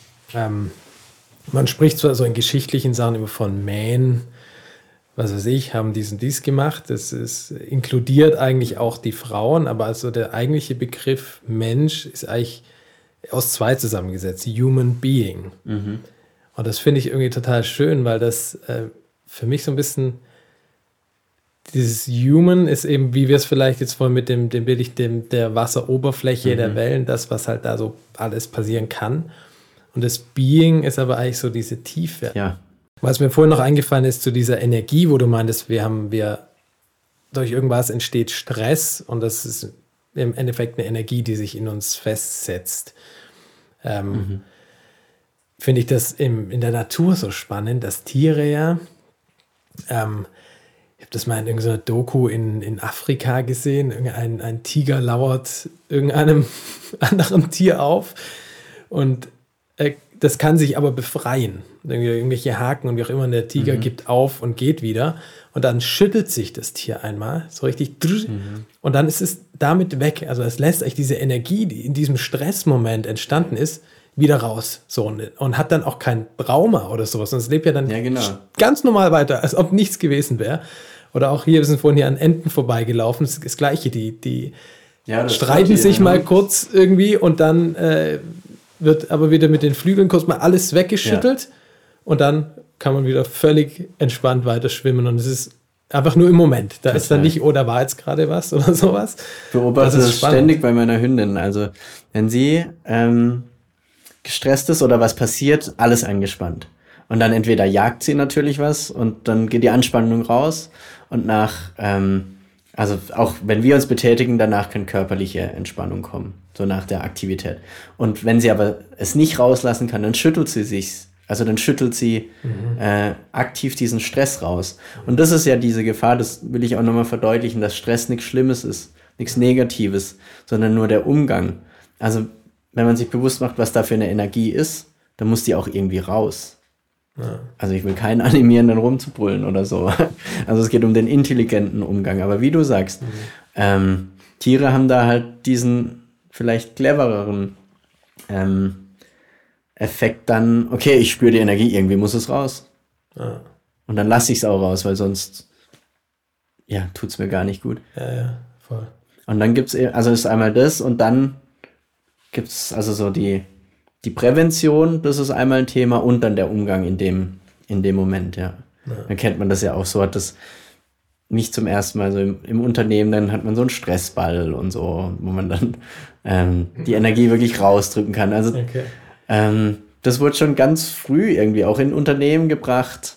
man spricht zwar so in geschichtlichen Sachen immer von Man, was weiß ich, haben dies gemacht. Das ist inkludiert eigentlich auch die Frauen, aber also der eigentliche Begriff Mensch ist eigentlich aus zwei zusammengesetzt, Human Being. Und das finde ich irgendwie total schön, weil das für mich so ein bisschen dieses Human ist eben, wie wir es vielleicht jetzt vorhin mit dem Bild der Wasseroberfläche, der Wellen, das, was halt da so alles passieren kann. Und das Being ist aber eigentlich so diese Tiefe. Ja. Was mir vorhin noch eingefallen ist zu dieser Energie, wo du meintest, durch irgendwas entsteht Stress und das ist im Endeffekt eine Energie, die sich in uns festsetzt. Finde ich das in der Natur so spannend, dass Tiere ja, ich habe das mal in irgendeiner Doku in Afrika gesehen, ein Tiger lauert irgendeinem anderen Tier auf und das kann sich aber befreien. Irgendwelche Haken und wie auch immer, der Tiger gibt auf und geht wieder und dann schüttelt sich das Tier einmal, so richtig und dann ist es damit weg. Also es lässt eigentlich diese Energie, die in diesem Stressmoment entstanden ist, wieder raus. So, und hat dann auch kein Trauma oder sowas. Und es lebt ja dann ganz normal weiter, als ob nichts gewesen wäre. Oder auch hier, wir sind vorhin hier an Enten vorbeigelaufen, das ist das Gleiche. Die streiten sich mal kurz irgendwie und dann wird aber wieder mit den Flügeln kurz mal alles weggeschüttelt und dann kann man wieder völlig entspannt weiter schwimmen und es ist einfach nur im Moment. Da ist dann nicht, da war jetzt gerade was oder sowas. Ich beobachte das ständig bei meiner Hündin. Also wenn sie gestresst ist oder was passiert, alles angespannt. Und dann entweder jagt sie natürlich was und dann geht die Anspannung raus und also auch wenn wir uns betätigen, danach kann körperliche Entspannung kommen, so nach der Aktivität. Und wenn sie aber es nicht rauslassen kann, dann schüttelt sie sich, also dann schüttelt sie aktiv diesen Stress raus. Und das ist ja diese Gefahr, das will ich auch nochmal verdeutlichen, dass Stress nichts Schlimmes ist, nichts Negatives, sondern nur der Umgang. Also wenn man sich bewusst macht, was da für eine Energie ist, dann muss die auch irgendwie raus. Ja. Also ich will keinen animieren, dann rumzubrüllen oder so. Also es geht um den intelligenten Umgang. Aber wie du sagst, Tiere haben da halt diesen vielleicht clevereren Effekt dann, okay, ich spüre die Energie, irgendwie muss es raus. Ja. Und dann lasse ich es auch raus, weil sonst tut es mir gar nicht gut. Ja, voll. Und dann gibt es, also ist einmal das und dann gibt es also so die Prävention, das ist einmal ein Thema und dann der Umgang in dem Moment, ja. Dann kennt man das ja auch so, hat das nicht zum ersten Mal so im Unternehmen, dann hat man so einen Stressball und so, wo man dann die Energie wirklich rausdrücken kann. Also das wurde schon ganz früh irgendwie auch in Unternehmen gebracht.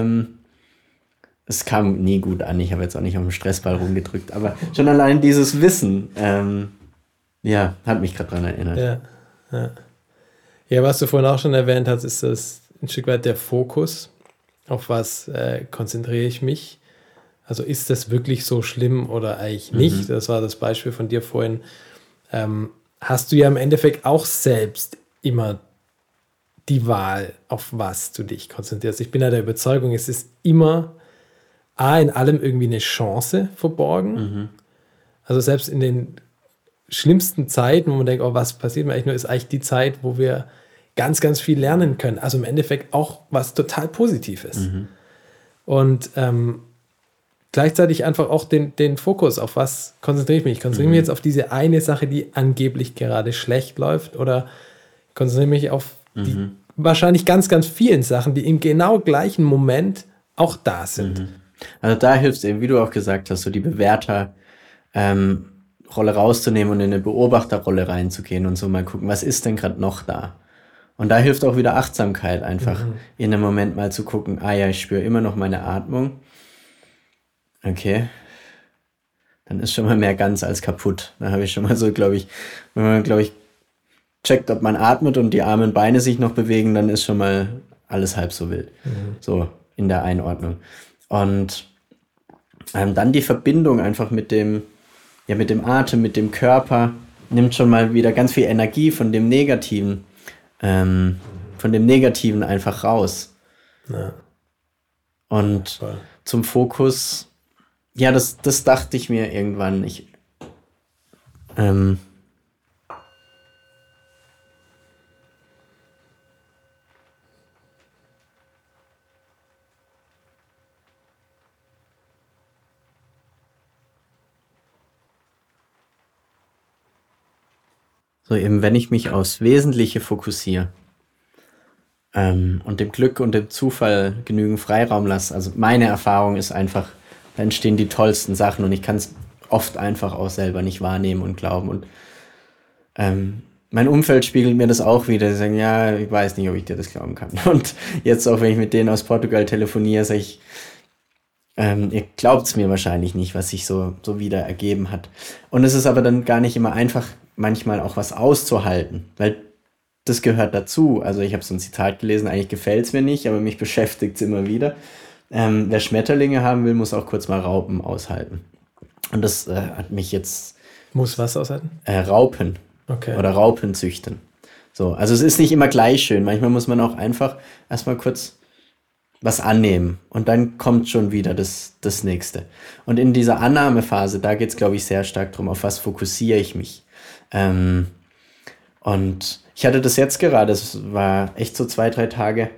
Es kam nie gut an, ich habe jetzt auch nicht auf den Stressball rumgedrückt, aber schon allein dieses Wissen, hat mich gerade dran erinnert. Ja, was du vorhin auch schon erwähnt hast, ist das ein Stück weit der Fokus. Auf was konzentriere ich mich? Also ist das wirklich so schlimm oder eigentlich nicht? Das war das Beispiel von dir vorhin. Hast du ja im Endeffekt auch selbst immer die Wahl, auf was du dich konzentrierst. Ich bin ja der Überzeugung, es ist immer in allem irgendwie eine Chance verborgen. Also selbst in den schlimmsten Zeiten, wo man denkt, was passiert mir eigentlich nur, ist eigentlich die Zeit, wo wir ganz, ganz viel lernen können. Also im Endeffekt auch was total Positives. Und gleichzeitig einfach auch den Fokus, auf was konzentriere ich mich. Ich konzentriere mich jetzt auf diese eine Sache, die angeblich gerade schlecht läuft oder konzentriere mich auf die wahrscheinlich ganz, ganz vielen Sachen, die im genau gleichen Moment auch da sind. Also da hilft eben, wie du auch gesagt hast, so die Bewerter Rolle rauszunehmen und in eine Beobachterrolle reinzugehen und so mal gucken, was ist denn gerade noch da? Und da hilft auch wieder Achtsamkeit einfach, in einem Moment mal zu gucken, ich spüre immer noch meine Atmung. Okay, dann ist schon mal mehr ganz als kaputt. Da habe ich schon mal so, wenn man checkt, ob man atmet und die Arme und Beine sich noch bewegen, dann ist schon mal alles halb so wild. So in der Einordnung. Und dann die Verbindung einfach mit dem Atem, mit dem Körper, nimmt schon mal wieder ganz viel Energie von dem Negativen einfach raus. Ja. Und zum Fokus, das dachte ich mir irgendwann. So eben, wenn ich mich aufs Wesentliche fokussiere und dem Glück und dem Zufall genügend Freiraum lasse, also meine Erfahrung ist einfach, da entstehen die tollsten Sachen und ich kann es oft einfach auch selber nicht wahrnehmen und glauben. Und mein Umfeld spiegelt mir das auch wieder. Sie sagen, ja, ich weiß nicht, ob ich dir das glauben kann. Und jetzt auch, wenn ich mit denen aus Portugal telefoniere, sage ich, ihr glaubt es mir wahrscheinlich nicht, was sich so wieder ergeben hat. Und es ist aber dann gar nicht immer einfach, manchmal auch was auszuhalten, weil das gehört dazu. Also ich habe so ein Zitat gelesen, eigentlich gefällt es mir nicht, aber mich beschäftigt es immer wieder. Wer Schmetterlinge haben will, muss auch kurz mal Raupen aushalten. Und das hat mich jetzt... Muss was aushalten? Raupen. Okay. Oder Raupen züchten. So, also es ist nicht immer gleich schön. Manchmal muss man auch einfach erstmal kurz was annehmen und dann kommt schon wieder das Nächste. Und in dieser Annahmephase, da geht es, glaube ich, sehr stark darum, auf was fokussiere ich mich. Und ich hatte das jetzt gerade, es war echt so 2-3 Tage,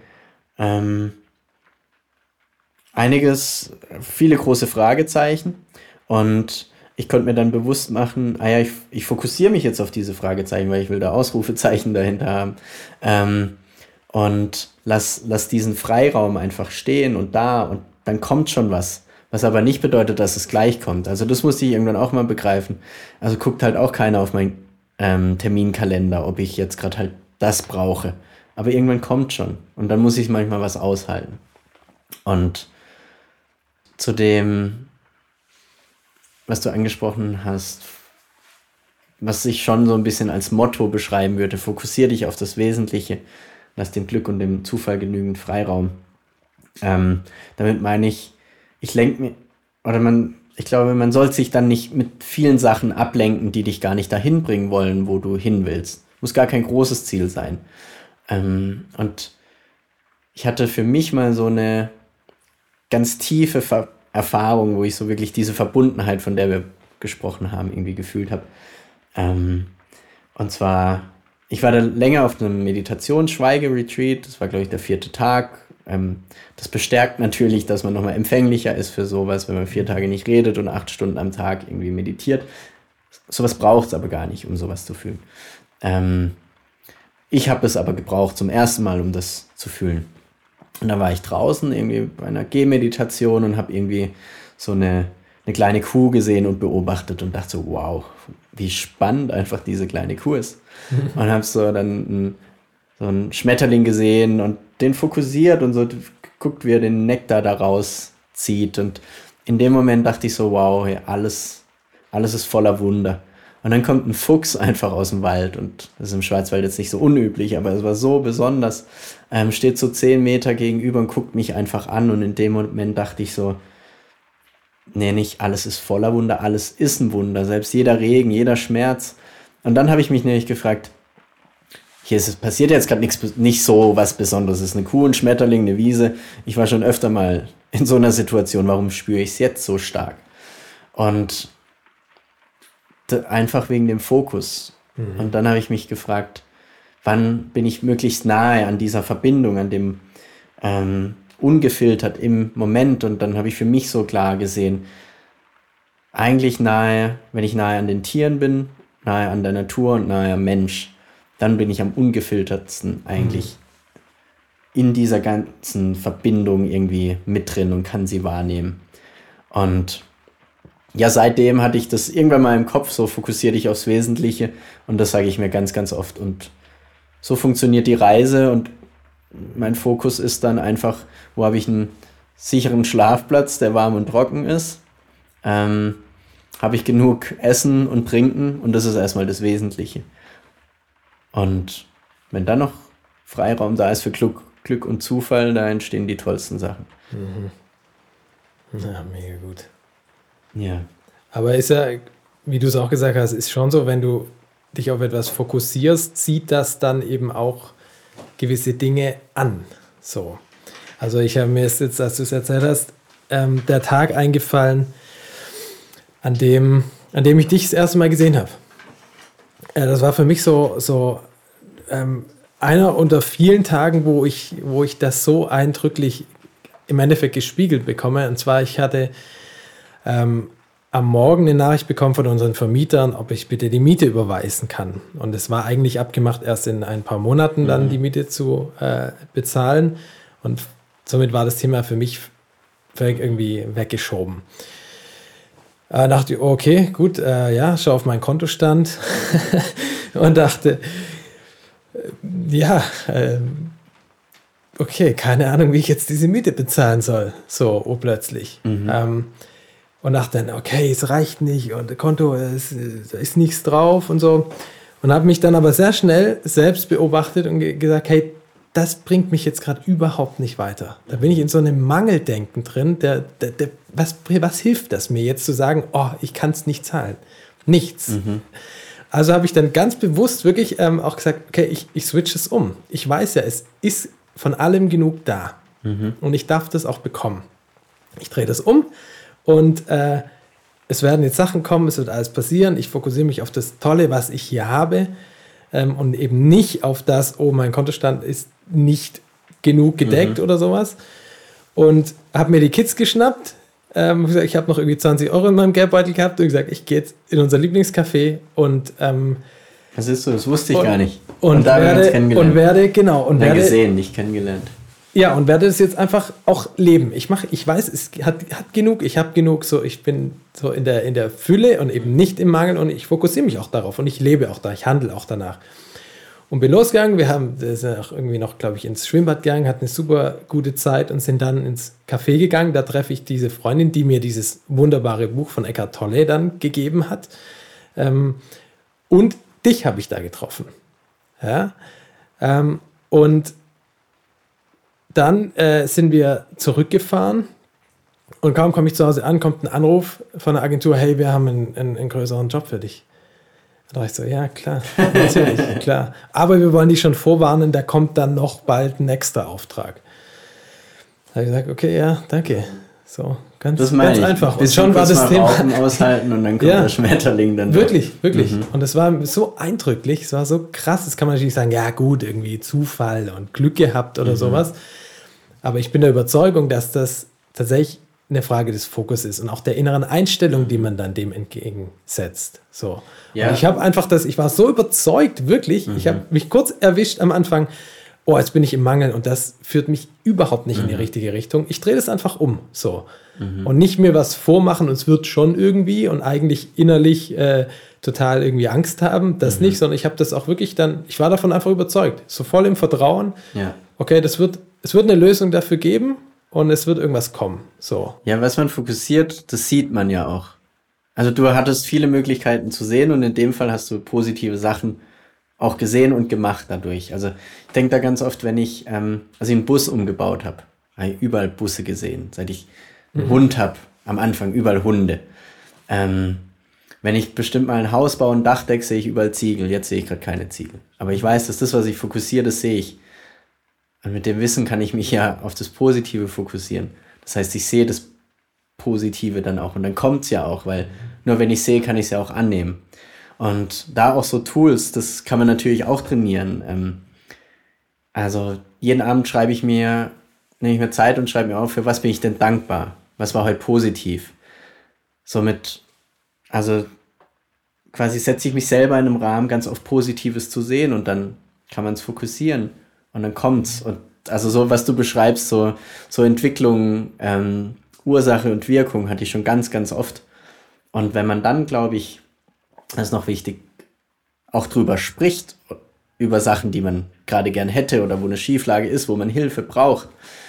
viele große Fragezeichen und ich konnte mir dann bewusst machen, ich fokussiere mich jetzt auf diese Fragezeichen, weil ich will da Ausrufezeichen dahinter haben. Und lass diesen Freiraum einfach stehen und dann kommt schon was. Was aber nicht bedeutet, dass es gleich kommt. Also das musste ich irgendwann auch mal begreifen. Also guckt halt auch keiner auf meinen Terminkalender, ob ich jetzt gerade halt das brauche. Aber irgendwann kommt schon. Und dann muss ich manchmal was aushalten. Und zu dem, was du angesprochen hast, was ich schon so ein bisschen als Motto beschreiben würde, fokussier dich auf das Wesentliche, lass dem Glück und dem Zufall genügend Freiraum. Damit meine ich glaube, man soll sich dann nicht mit vielen Sachen ablenken, die dich gar nicht dahin bringen wollen, wo du hin willst. Muss gar kein großes Ziel sein. Und ich hatte für mich mal so eine ganz tiefe Erfahrung, wo ich so wirklich diese Verbundenheit, von der wir gesprochen haben, irgendwie gefühlt habe. Und zwar, ich war da länger auf einem Meditations-Schweige-Retreat, das war, glaube ich, der 4. Tag. Das bestärkt natürlich, dass man nochmal empfänglicher ist für sowas, wenn man 4 Tage nicht redet und 8 Stunden am Tag irgendwie meditiert. Sowas braucht es aber gar nicht, um sowas zu fühlen. Ich habe es aber gebraucht zum ersten Mal, um das zu fühlen. Und da war ich draußen irgendwie bei einer Gehmeditation und habe irgendwie so eine kleine Kuh gesehen und beobachtet und dachte so, wow, wie spannend einfach diese kleine Kuh ist. Und habe so dann so einen Schmetterling gesehen und den fokussiert und so guckt, wie er den Nektar daraus zieht. Und in dem Moment dachte ich so, wow, hey, alles ist voller Wunder. Und dann kommt ein Fuchs einfach aus dem Wald und das ist im Schwarzwald jetzt nicht so unüblich, aber es war so besonders, steht so 10 Meter gegenüber und guckt mich einfach an und in dem Moment dachte ich so, nee, nicht alles ist voller Wunder, alles ist ein Wunder, selbst jeder Regen, jeder Schmerz. Und dann habe ich mich nämlich gefragt, passiert jetzt gerade nicht so was Besonderes, es ist eine Kuh, ein Schmetterling, eine Wiese, ich war schon öfter mal in so einer Situation, warum spüre ich es jetzt so stark? Und einfach wegen dem Fokus. Und dann habe ich mich gefragt, wann bin ich möglichst nahe an dieser Verbindung, an dem ungefiltert im Moment. Und dann habe ich für mich so klar gesehen, eigentlich nahe, wenn ich nahe an den Tieren bin, nahe an der Natur und nahe am Mensch, dann bin ich am ungefiltertsten eigentlich in dieser ganzen Verbindung irgendwie mit drin und kann sie wahrnehmen. Und ja, seitdem hatte ich das irgendwann mal im Kopf, so fokussiere dich aufs Wesentliche und das sage ich mir ganz, ganz oft und so funktioniert die Reise und mein Fokus ist dann einfach, wo habe ich einen sicheren Schlafplatz, der warm und trocken ist, habe ich genug Essen und Trinken und das ist erstmal das Wesentliche. Und wenn dann noch Freiraum da ist für Glück und Zufall, da entstehen die tollsten Sachen. Ja, mega gut. Ja. Aber ist ja, wie du es auch gesagt hast, ist schon so, wenn du dich auf etwas fokussierst, zieht das dann eben auch gewisse Dinge an. So. Also mir ist jetzt, als du es erzählt hast, der Tag eingefallen, an dem ich dich das erste Mal gesehen habe. Das war für mich so einer unter vielen Tagen, wo ich das so eindrücklich im Endeffekt gespiegelt bekomme. Und zwar, ich hatte am Morgen eine Nachricht bekommen von unseren Vermietern, ob ich bitte die Miete überweisen kann. Und es war eigentlich abgemacht, erst in ein paar Monaten dann die Miete zu bezahlen. Und somit war das Thema für mich völlig irgendwie weggeschoben. Dachte ich, okay, gut, schau auf meinen Kontostand und dachte, okay, keine Ahnung, wie ich jetzt diese Miete bezahlen soll. So, plötzlich. Und dachte dann, okay, es reicht nicht und Konto, da ist nichts drauf und so. Und habe mich dann aber sehr schnell selbst beobachtet und gesagt, hey, das bringt mich jetzt gerade überhaupt nicht weiter. Da bin ich in so einem Mangeldenken drin. Was hilft das mir jetzt zu sagen, oh, ich kann es nicht zahlen? Nichts. Also habe ich dann ganz bewusst wirklich auch gesagt, okay, ich switche es um. Ich weiß ja, es ist von allem genug da. Und ich darf das auch bekommen. Ich drehe das um und es werden jetzt Sachen kommen, es wird alles passieren. Ich fokussiere mich auf das Tolle, was ich hier habe und eben nicht auf das, oh, mein Kontostand ist nicht genug gedeckt oder sowas. Und habe mir die Kids geschnappt Ich habe noch irgendwie 20 Euro in meinem Geldbeutel gehabt und gesagt, ich gehe jetzt in unser Lieblingscafé und das ist so, das wusste ich gar nicht. Und da haben wir uns kennengelernt. Und werde gesehen, nicht kennengelernt. Ja, und werde es jetzt einfach auch leben. Ich weiß, es hat genug, ich habe genug, so ich bin so in der Fülle und eben nicht im Mangel und ich fokussiere mich auch darauf und ich lebe auch da, ich handle auch danach. Und bin losgegangen, wir sind auch irgendwie noch, glaube ich, ins Schwimmbad gegangen, hatten eine super gute Zeit und sind dann ins Café gegangen. Da treffe ich diese Freundin, die mir dieses wunderbare Buch von Eckhart Tolle dann gegeben hat. Und dich habe ich da getroffen. Ja? Und dann sind wir zurückgefahren und kaum komme ich zu Hause an, kommt ein Anruf von der Agentur, hey, wir haben einen größeren Job für dich. Da dachte ich so, ja klar, natürlich, klar. Aber wir wollen dich schon vorwarnen, da kommt dann noch bald ein nächster Auftrag. Da habe ich gesagt, okay, ja, danke. So, ganz einfach. Und schon war das Thema. Aushalten und dann kommt der Schmetterling dann. Wirklich. Und es war so eindrücklich, es war so krass. Das kann man natürlich sagen, ja gut, irgendwie Zufall und Glück gehabt oder sowas. Aber ich bin der Überzeugung, dass das tatsächlich eine Frage des Fokus ist und auch der inneren Einstellung, die man dann dem entgegensetzt. So. Ja. Und ich war so überzeugt, wirklich. Ich habe mich kurz erwischt am Anfang, jetzt bin ich im Mangel und das führt mich überhaupt nicht in die richtige Richtung. Ich drehe das einfach um. So. Und nicht mir was vormachen und es wird schon irgendwie und eigentlich innerlich total irgendwie Angst haben, das nicht, sondern ich habe das auch wirklich ich war davon einfach überzeugt. So voll im Vertrauen. Ja. Okay, es wird eine Lösung dafür geben und es wird irgendwas kommen. So. Ja, was man fokussiert, das sieht man ja auch. Also du hattest viele Möglichkeiten zu sehen und in dem Fall hast du positive Sachen auch gesehen und gemacht dadurch. Also ich denke da ganz oft, wenn ich einen Bus umgebaut habe, habe ich überall Busse gesehen. Seit ich einen Hund habe, am Anfang überall Hunde. Wenn ich bestimmt mal ein Haus baue, ein Dachdeck, sehe ich überall Ziegel. Jetzt sehe ich gerade keine Ziegel. Aber ich weiß, dass das, was ich fokussiere, das sehe ich. Und mit dem Wissen kann ich mich ja auf das Positive fokussieren. Das heißt, ich sehe das Positive dann auch. Und dann kommt es ja auch, weil nur wenn ich sehe, kann ich es ja auch annehmen. Und da auch so Tools, das kann man natürlich auch trainieren. Also jeden Abend nehme ich mir Zeit und schreibe mir auf, für was bin ich denn dankbar? Was war heute positiv? Quasi setze ich mich selber in einem Rahmen, ganz oft Positives zu sehen und dann kann man es fokussieren und dann kommt's. Und also so, was du beschreibst, so Entwicklung, Ursache und Wirkung hatte ich schon ganz, ganz oft. Und wenn man dann, glaube ich, das ist noch wichtig, auch drüber spricht, über Sachen, die man gerade gern hätte oder wo eine Schieflage ist, wo man Hilfe braucht,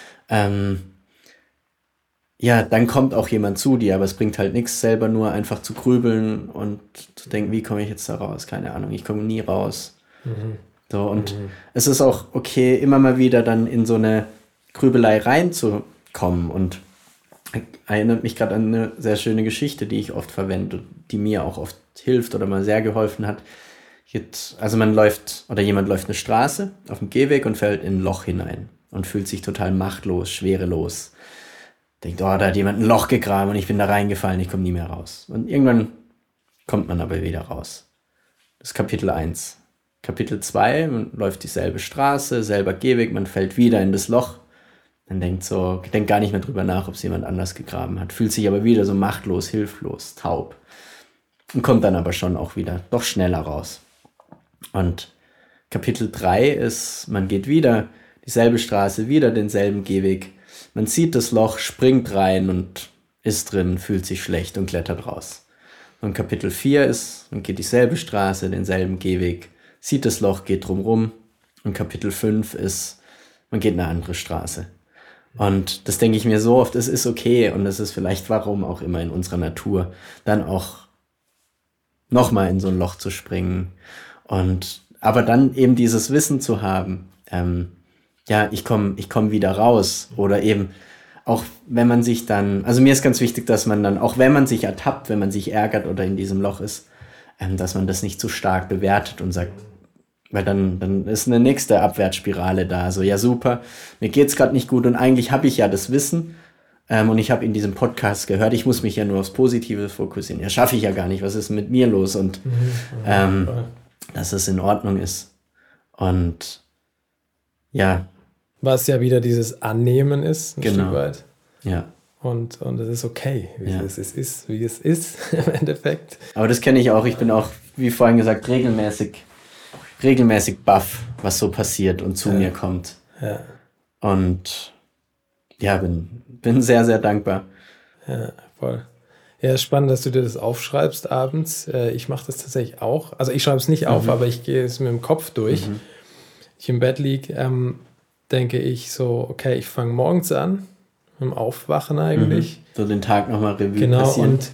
dann kommt auch jemand zu dir, aber es bringt halt nichts, selber nur einfach zu grübeln und zu denken, wie komme ich jetzt da raus? Keine Ahnung, ich komme nie raus. So, und es ist auch okay, immer mal wieder dann in so eine Grübelei reinzukommen und erinnert mich gerade an eine sehr schöne Geschichte, die ich oft verwende, die mir auch oft hilft oder mal sehr geholfen hat. Jemand läuft eine Straße auf dem Gehweg und fällt in ein Loch hinein und fühlt sich total machtlos, schwerelos. Denkt, da hat jemand ein Loch gegraben und ich bin da reingefallen, ich komme nie mehr raus. Und irgendwann kommt man aber wieder raus. Das ist Kapitel 1. Kapitel 2, man läuft dieselbe Straße, selber Gehweg, man fällt wieder in das Loch. Man denkt gar nicht mehr drüber nach, ob es jemand anders gegraben hat, fühlt sich aber wieder so machtlos, hilflos, taub. Und kommt dann aber schon auch wieder doch schneller raus. Und Kapitel 3 ist, man geht wieder dieselbe Straße, wieder denselben Gehweg. Man sieht das Loch, springt rein und ist drin, fühlt sich schlecht und klettert raus. Und Kapitel 4 ist, man geht dieselbe Straße, denselben Gehweg, sieht das Loch, geht drumrum. Und Kapitel 5 ist, man geht eine andere Straße. Und das denke ich mir so oft, es ist okay und es ist vielleicht, warum auch immer in unserer Natur, dann auch nochmal in so ein Loch zu springen. Aber dann eben dieses Wissen zu haben, ich komm wieder raus. Oder eben, auch wenn man sich dann, also mir ist ganz wichtig, dass man dann, auch wenn man sich ertappt, wenn man sich ärgert oder in diesem Loch ist, dass man das nicht zu stark bewertet und sagt, weil dann ist eine nächste Abwärtsspirale da. So, ja super, mir geht's gerade nicht gut und eigentlich habe ich ja das Wissen und ich habe in diesem Podcast gehört, ich muss mich ja nur aufs Positive fokussieren. Ja, schaffe ich ja gar nicht, was ist mit mir los? Und dass es in Ordnung ist. Und ja. Was ja wieder dieses Annehmen ist, ein genau. Stück weit. Ja. Und es ist okay, wie es ist, wie es ist im Endeffekt. Aber das kenne ich auch. Ich bin auch, wie vorhin gesagt, regelmäßig baff, was so passiert und zu mir kommt. Ja. Und ja, bin sehr, sehr dankbar. Ja, voll. Ja, spannend, dass du dir das aufschreibst abends. Ich mache das tatsächlich auch. Also ich schreibe es nicht auf, aber ich gehe es mit dem Kopf durch. Ich im Bett liege, denke ich so, okay, ich fange morgens an, mit dem Aufwachen eigentlich. So den Tag nochmal Revue Genau, passieren. und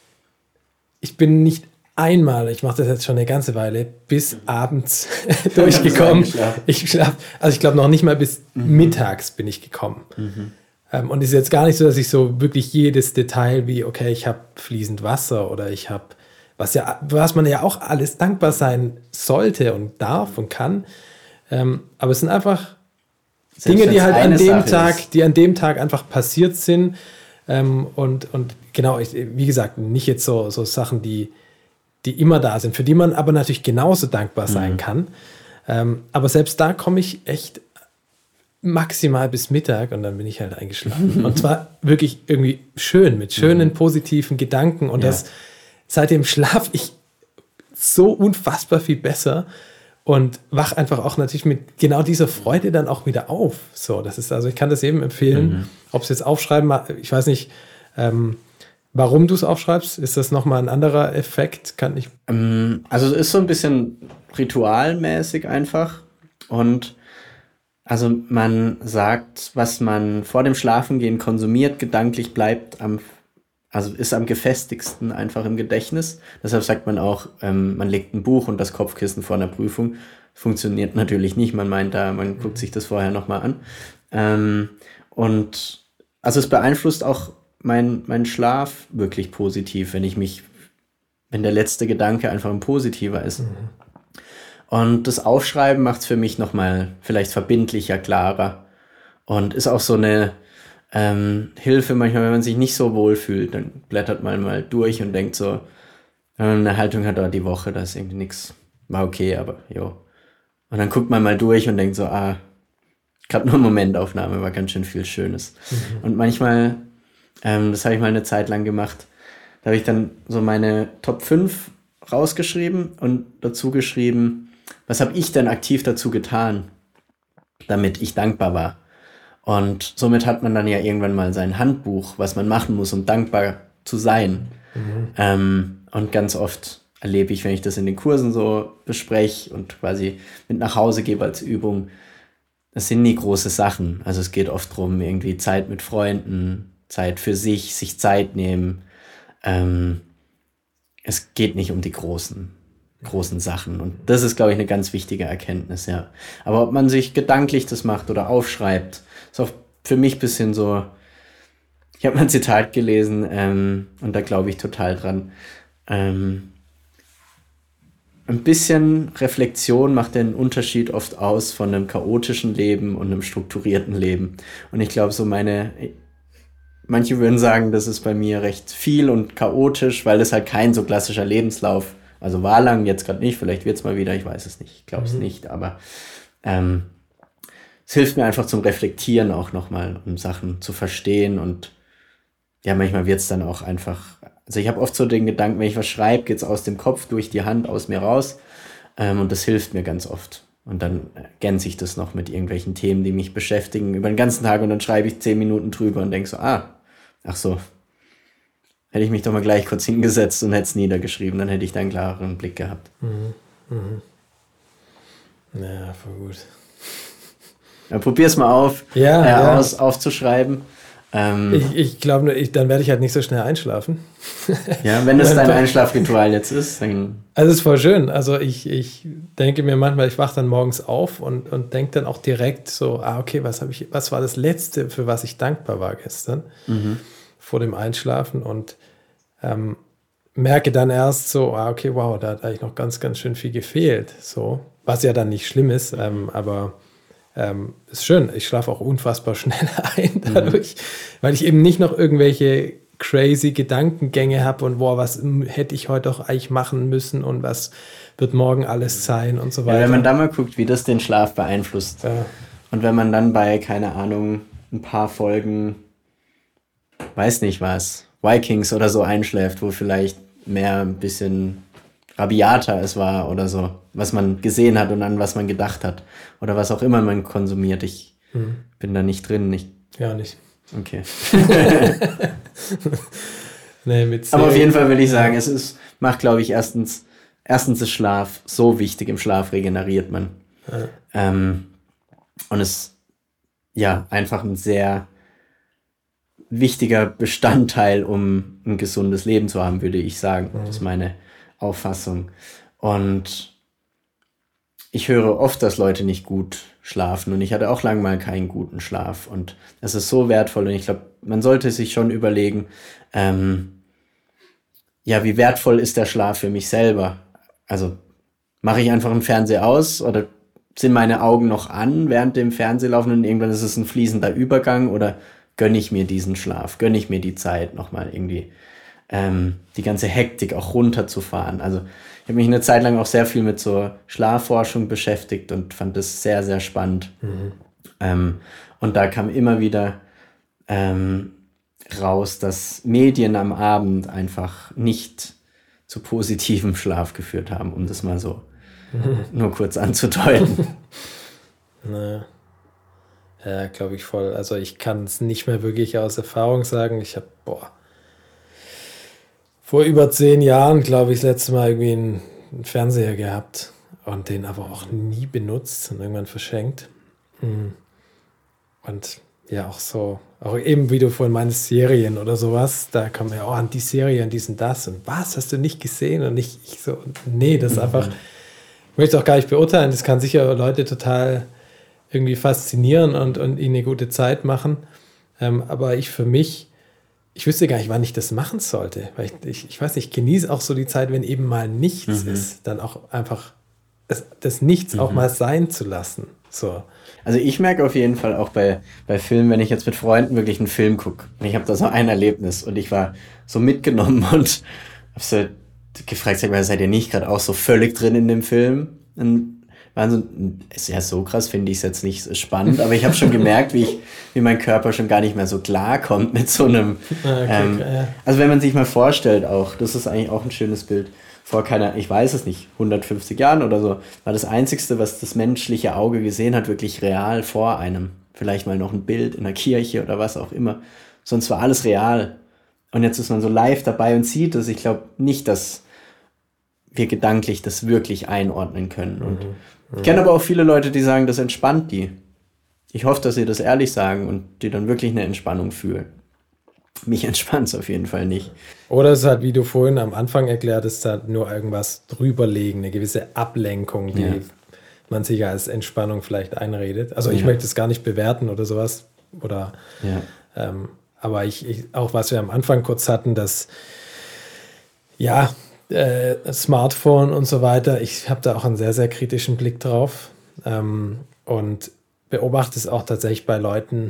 ich bin nicht einmal, ich mache das jetzt schon eine ganze Weile, bis abends durchgekommen. Ich glaube noch nicht mal bis mittags bin ich gekommen. Und es ist jetzt gar nicht so, dass ich so wirklich jedes Detail wie, okay, ich habe fließend Wasser oder ich habe, was man ja auch alles dankbar sein sollte und darf und kann. Aber es sind einfach Dinge, die halt an dem Tag einfach passiert sind. Und genau, wie gesagt, nicht jetzt so Sachen, die immer da sind, für die man aber natürlich genauso dankbar sein kann. Aber selbst da komme ich echt maximal bis Mittag und dann bin ich halt eingeschlafen. Und zwar wirklich irgendwie schön, mit schönen, positiven Gedanken. Und seitdem schlafe ich so unfassbar viel besser und wach einfach auch natürlich mit genau dieser Freude dann auch wieder auf. So, das ist, also ich kann das jedem empfehlen, ob es jetzt aufschreiben, ich weiß nicht, warum du es aufschreibst. Ist das nochmal ein anderer Effekt? Also es ist so ein bisschen ritualmäßig einfach. Und also man sagt, was man vor dem Schlafengehen konsumiert, gedanklich bleibt ist am gefestigsten einfach im Gedächtnis. Deshalb sagt man auch, man legt ein Buch und das Kopfkissen vor einer Prüfung. Funktioniert natürlich nicht. Man meint man guckt sich das vorher nochmal an. Und also es beeinflusst auch mein Schlaf wirklich positiv, wenn der letzte Gedanke einfach ein positiver ist. Und das Aufschreiben macht es für mich nochmal vielleicht verbindlicher, klarer. Und ist auch so eine Hilfe manchmal, wenn man sich nicht so wohl fühlt, dann blättert man mal durch und denkt so, wenn man eine Haltung hat, die Woche, da ist irgendwie nichts, war okay, aber jo. Und dann guckt man mal durch und denkt so, gerade nur Momentaufnahme, war ganz schön viel Schönes. Und manchmal, das habe ich mal eine Zeit lang gemacht, da habe ich dann so meine Top 5 rausgeschrieben und dazu geschrieben, was habe ich denn aktiv dazu getan, damit ich dankbar war. Und somit hat man dann ja irgendwann mal sein Handbuch, was man machen muss, um dankbar zu sein. Und ganz oft erlebe ich, wenn ich das in den Kursen so bespreche und quasi mit nach Hause gebe als Übung, das sind nie große Sachen. Also es geht oft darum, irgendwie Zeit mit Freunden, Zeit für sich Zeit nehmen. Es geht nicht um die großen Sachen. Und das ist, glaube ich, eine ganz wichtige Erkenntnis, ja. Aber ob man sich gedanklich das macht oder aufschreibt, ist auch für mich ein bisschen so, ich habe mal ein Zitat gelesen und da glaube ich total dran. Ein bisschen Reflexion macht den Unterschied oft aus von einem chaotischen Leben und einem strukturierten Leben. Und ich glaube, manche würden sagen, das ist bei mir recht viel und chaotisch, weil es halt kein so klassischer Lebenslauf, also war lang, jetzt gerade nicht, vielleicht wird es mal wieder, ich weiß es nicht, ich glaube es nicht, aber es hilft mir einfach zum Reflektieren auch nochmal, um Sachen zu verstehen und ja, manchmal wird es dann auch einfach, also ich habe oft so den Gedanken, wenn ich was schreibe, geht es aus dem Kopf, durch die Hand, aus mir raus und das hilft mir ganz oft. Und dann ergänze ich das noch mit irgendwelchen Themen, die mich beschäftigen über den ganzen Tag und dann schreibe ich 10 Minuten drüber und denke so, ach so, hätte ich mich doch mal gleich kurz hingesetzt und hätte es niedergeschrieben, dann hätte ich da einen klareren Blick gehabt. Ja, voll gut. Ja, probier's mal aufzuschreiben. Ich glaube, dann werde ich halt nicht so schnell einschlafen. Ja, wenn das dein Einschlafritual jetzt ist, dann... Also es ist voll schön. Also ich denke mir manchmal, ich wache dann morgens auf und denke dann auch direkt so, okay, was war das Letzte, für was ich dankbar war gestern, vor dem Einschlafen und merke dann erst so, okay, wow, da hat eigentlich noch ganz, ganz schön viel gefehlt. So, was ja dann nicht schlimm ist, aber ist schön. Ich schlafe auch unfassbar schnell ein dadurch, weil ich eben nicht noch irgendwelche crazy Gedankengänge habe und was hätte ich heute doch eigentlich machen müssen und was wird morgen alles sein und so weiter. Ja, wenn man da mal guckt, wie das den Schlaf beeinflusst und wenn man dann bei, keine Ahnung, ein paar Folgen weiß nicht was, Vikings oder so einschläft, wo vielleicht mehr ein bisschen rabiater es war oder so, was man gesehen hat und an was man gedacht hat oder was auch immer man konsumiert. Ich bin da nicht drin. Ja, nicht. Okay. Nee, aber auf jeden Fall will ich sagen, macht, glaube ich, erstens ist Schlaf so wichtig. Im Schlaf regeneriert man. Ja. Und es einfach ein sehr wichtiger Bestandteil, um ein gesundes Leben zu haben, würde ich sagen. Das ist meine Auffassung. Und ich höre oft, dass Leute nicht gut schlafen und ich hatte auch lange mal keinen guten Schlaf und es ist so wertvoll und ich glaube, man sollte sich schon überlegen, wie wertvoll ist der Schlaf für mich selber? Also mache ich einfach einen Fernseher aus oder sind meine Augen noch an während dem Fernsehlaufen und irgendwann ist es ein fließender Übergang oder gönne ich mir diesen Schlaf, gönne ich mir die Zeit nochmal irgendwie die ganze Hektik auch runterzufahren. Also ich habe mich eine Zeit lang auch sehr viel mit so Schlafforschung beschäftigt und fand das sehr, sehr spannend. Und da kam immer wieder raus, dass Medien am Abend einfach nicht zu positivem Schlaf geführt haben, um das mal so nur kurz anzudeuten. Naja. Ja, glaube ich voll. Also ich kann es nicht mehr wirklich aus Erfahrung sagen. Ich habe, vor über 10 Jahren, glaube ich, das letzte Mal irgendwie einen Fernseher gehabt und den aber auch nie benutzt und irgendwann verschenkt. Und ja, auch eben, wie du vorhin meinst, Serien oder sowas, da kommen ja an die Serie und dies und das und was, hast du nicht gesehen? Und ich so, nee, das ist einfach, ich möchte auch gar nicht beurteilen, das kann sicher Leute total irgendwie faszinieren und ihnen eine gute Zeit machen, aber ich wüsste gar nicht, wann ich das machen sollte, weil ich weiß nicht, ich genieße auch so die Zeit, wenn eben mal nichts ist, dann auch einfach das Nichts auch mal sein zu lassen, so. Also ich merke auf jeden Fall auch bei Filmen, wenn ich jetzt mit Freunden wirklich einen Film gucke und ich habe da so ein Erlebnis und ich war so mitgenommen und habe so gefragt, seid ihr nicht gerade auch so völlig drin in dem Film? Und waren so, ist ja so krass, finde ich es jetzt nicht so spannend, aber ich habe schon gemerkt, wie mein Körper schon gar nicht mehr so klar kommt mit so einem, also wenn man sich mal vorstellt auch, das ist eigentlich auch ein schönes Bild, vor ich weiß es nicht, 150 Jahren oder so, war das Einzigste, was das menschliche Auge gesehen hat, wirklich real vor einem. Vielleicht mal noch ein Bild in der Kirche oder was auch immer. Sonst war alles real. Und jetzt ist man so live dabei und sieht es. Ich glaube nicht, dass wir gedanklich das wirklich einordnen können. Und ich kenne aber auch viele Leute, die sagen, das entspannt die. Ich hoffe, dass sie das ehrlich sagen und die dann wirklich eine Entspannung fühlen. Mich entspannt es auf jeden Fall nicht. Oder es ist halt, wie du vorhin am Anfang erklärt hast, halt nur irgendwas drüberlegen, eine gewisse Ablenkung, die man sich als Entspannung vielleicht einredet. Also ich möchte es gar nicht bewerten oder sowas. Oder, aber ich auch was wir am Anfang kurz hatten, dass Smartphone und so weiter, ich habe da auch einen sehr, sehr kritischen Blick drauf und beobachte es auch tatsächlich bei Leuten,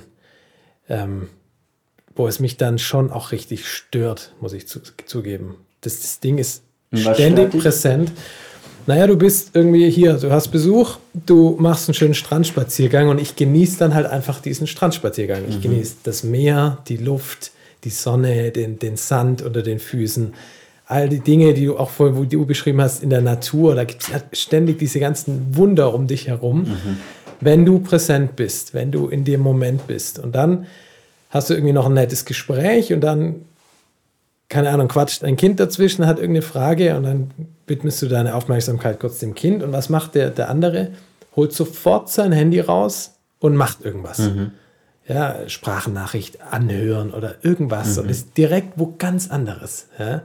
wo es mich dann schon auch richtig stört, muss ich zugeben. Das Ding ist ständig präsent. Naja, du bist irgendwie hier, du hast Besuch, du machst einen schönen Strandspaziergang und ich genieße dann halt einfach diesen Strandspaziergang. Ich genieße das Meer, die Luft, die Sonne, den Sand unter den Füßen, all die Dinge, die du auch vorhin, wo du beschrieben hast, in der Natur, da gibt es halt ständig diese ganzen Wunder um dich herum, wenn du präsent bist, wenn du in dem Moment bist. Und dann hast du irgendwie noch ein nettes Gespräch und dann, keine Ahnung, quatscht ein Kind dazwischen, hat irgendeine Frage und dann widmest du deine Aufmerksamkeit kurz dem Kind. Und was macht der andere? Holt sofort sein Handy raus und macht irgendwas. Ja, Sprachnachricht anhören oder irgendwas und ist direkt wo ganz anderes. Ja?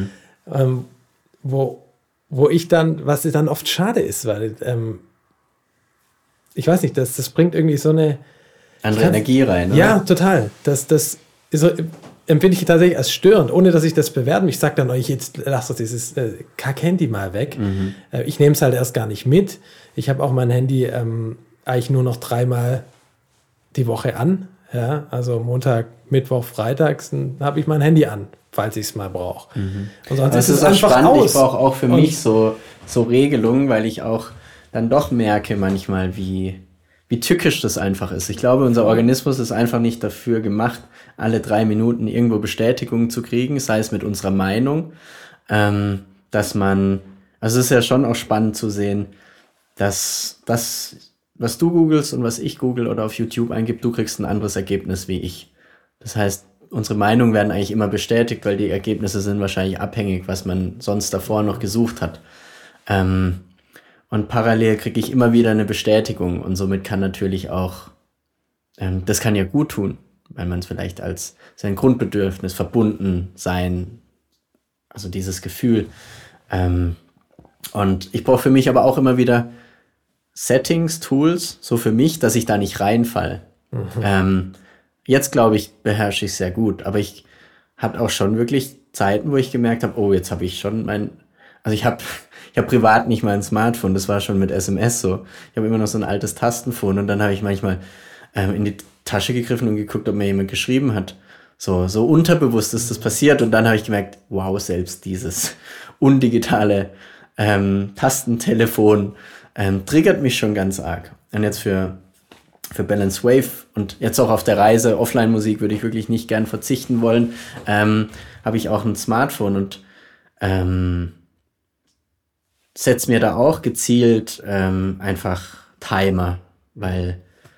Wo ich dann, was dann oft schade ist, weil ich weiß nicht, das bringt irgendwie so eine andere Energie rein, oder? Ja, total. Das ist so, empfinde ich tatsächlich als störend, ohne dass ich das bewerte. Ich sage dann euch, jetzt lasst doch dieses Kack-Handy mal weg. Ich nehme es halt erst gar nicht mit. Ich habe auch mein Handy eigentlich nur noch 3-mal die Woche an. Ja? Also Montag, Mittwoch, Freitags habe ich mein Handy an, falls ich es mal brauche. Und sonst ist es einfach spannend. aus. Ich brauche auch für mich so Regelungen, weil ich auch dann doch merke manchmal, wie wie tückisch das einfach ist. Ich glaube, unser Organismus ist einfach nicht dafür gemacht, alle 3 Minuten irgendwo Bestätigung zu kriegen, sei es mit unserer Meinung, dass man, also es ist ja schon auch spannend zu sehen, dass das, was du googelst und was ich google oder auf YouTube eingib, du kriegst ein anderes Ergebnis wie ich. Das heißt, unsere Meinungen werden eigentlich immer bestätigt, weil die Ergebnisse sind wahrscheinlich abhängig, was man sonst davor noch gesucht hat. Und parallel kriege ich immer wieder eine Bestätigung und somit kann natürlich auch, das kann ja gut tun, weil man es vielleicht als sein Grundbedürfnis verbunden sein, also dieses Gefühl. Und ich brauche für mich aber auch immer wieder Settings, Tools, so für mich, dass ich da nicht reinfall. Jetzt glaube ich, beherrsche ich es sehr gut, aber ich hatte auch schon wirklich Zeiten, wo ich gemerkt habe, oh, jetzt habe ich schon ich habe privat nicht mal ein Smartphone, das war schon mit SMS so. Ich habe immer noch so ein altes Tastenphone und dann habe ich manchmal in die Tasche gegriffen und geguckt, ob mir jemand geschrieben hat. So unterbewusst ist das passiert und dann habe ich gemerkt, wow, selbst dieses undigitale Tastentelefon triggert mich schon ganz arg. Und jetzt für Balance Wave und jetzt auch auf der Reise, Offline-Musik würde ich wirklich nicht gern verzichten wollen, habe ich auch ein Smartphone und setze mir da auch gezielt einfach Timer, weil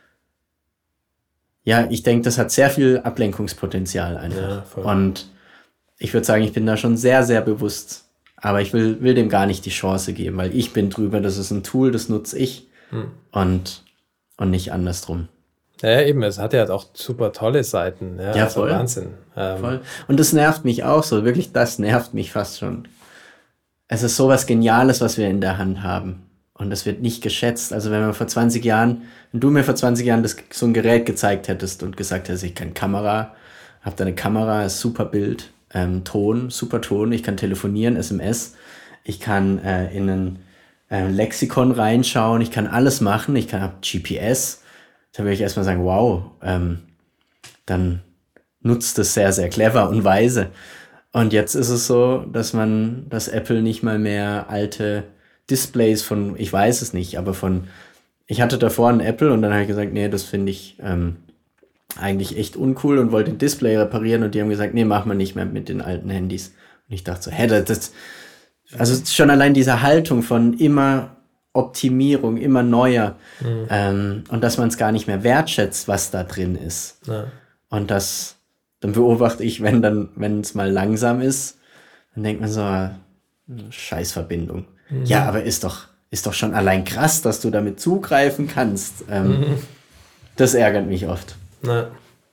ja, ich denke, das hat sehr viel Ablenkungspotenzial einfach. Ja, und ich würde sagen, ich bin da schon sehr, sehr bewusst. Aber ich will dem gar nicht die Chance geben, weil ich bin drüber, das ist ein Tool, das nutze ich und nicht andersrum. Ja, eben, es hat ja auch super tolle Seiten. Ja, also voll. Wahnsinn. Voll. Und das nervt mich auch so, wirklich, das nervt mich fast schon. Es ist sowas Geniales, was wir in der Hand haben. Und das wird nicht geschätzt. Also wenn du mir vor 20 Jahren so ein Gerät gezeigt hättest und gesagt hättest, ich kann hab da eine Kamera, ist super Bild, Ton, super Ton, ich kann telefonieren, SMS, ich kann in ein Lexikon reinschauen, ich kann alles machen, hab GPS. Da würde ich erstmal sagen, wow, dann nutzt es sehr, sehr clever und weise. Und jetzt ist es so, dass Apple nicht mal mehr alte Displays ich weiß es nicht, aber ich hatte davor ein Apple und dann habe ich gesagt, nee, das finde ich eigentlich echt uncool und wollte ein Display reparieren und die haben gesagt, nee, machen wir nicht mehr mit den alten Handys. Und ich dachte so, also schon allein diese Haltung von immer Optimierung, immer neuer und dass man es gar nicht mehr wertschätzt, was da drin ist. Ja. Und dann beobachte ich, wenn es mal langsam ist, dann denkt man so, Scheißverbindung. Ja, aber ist doch schon allein krass, dass du damit zugreifen kannst. Das ärgert mich oft. Na.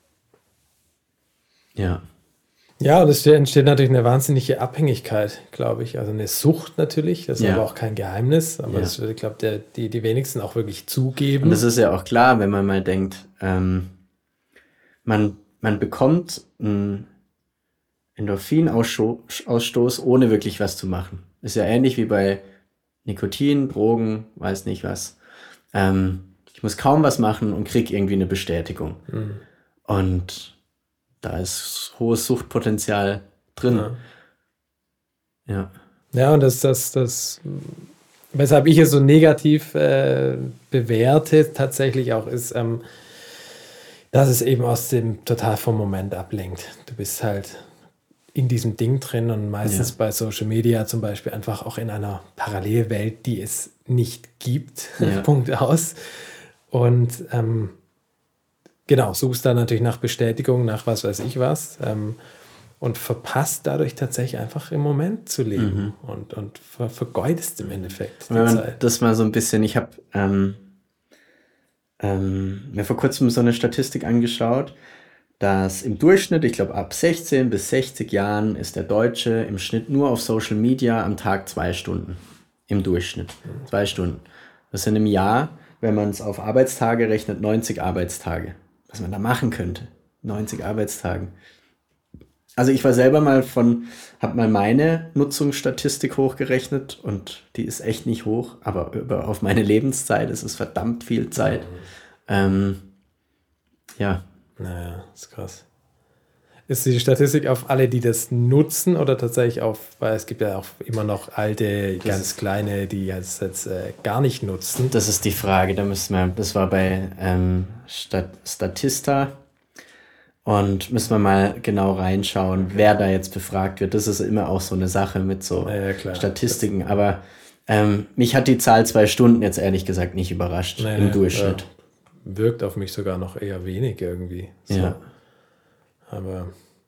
Ja. Ja, und es entsteht natürlich eine wahnsinnige Abhängigkeit, glaube ich. Also eine Sucht natürlich, das ist aber auch kein Geheimnis. Aber das würde, glaube ich, die wenigsten auch wirklich zugeben. Und das ist ja auch klar, wenn man mal denkt, man bekommt einen Endorphinausstoß, ohne wirklich was zu machen. Ist ja ähnlich wie bei Nikotin, Drogen, weiß nicht was. Ich muss kaum was machen und krieg irgendwie eine Bestätigung. Und da ist hohes Suchtpotenzial drin. Ja. Ja, und das weshalb ich es so negativ bewerte, tatsächlich auch ist, dass es eben total vom Moment ablenkt. Du bist halt in diesem Ding drin und meistens bei Social Media zum Beispiel einfach auch in einer Parallelwelt, die es nicht gibt. Punkt aus. Und suchst da natürlich nach Bestätigung, nach was weiß ich was und verpasst dadurch tatsächlich einfach im Moment zu leben und vergeudest im Endeffekt die Zeit. Das mal so ein bisschen, ich habe mir vor kurzem so eine Statistik angeschaut, dass im Durchschnitt, ich glaube ab 16 bis 60 Jahren, ist der Deutsche im Schnitt nur auf Social Media am Tag 2 Stunden. Im Durchschnitt. 2 Stunden. Das sind im Jahr, wenn man es auf Arbeitstage rechnet, 90 Arbeitstage. Was man da machen könnte. 90 Arbeitstagen. Also ich war selber habe mal meine Nutzungsstatistik hochgerechnet und die ist echt nicht hoch, aber auf meine Lebenszeit ist es verdammt viel Zeit. Naja, ist krass. Ist die Statistik auf alle, die das nutzen oder tatsächlich auf, weil es gibt ja auch immer noch alte, ganz kleine, die es jetzt gar nicht nutzen. Das ist die Frage, das war bei Statista und müssen wir mal genau reinschauen, wer da jetzt befragt wird. Das ist immer auch so eine Sache mit so Statistiken, aber mich hat die Zahl 2 Stunden jetzt ehrlich gesagt nicht überrascht im Durchschnitt. Wirkt auf mich sogar noch eher wenig irgendwie. So. Ja. Aber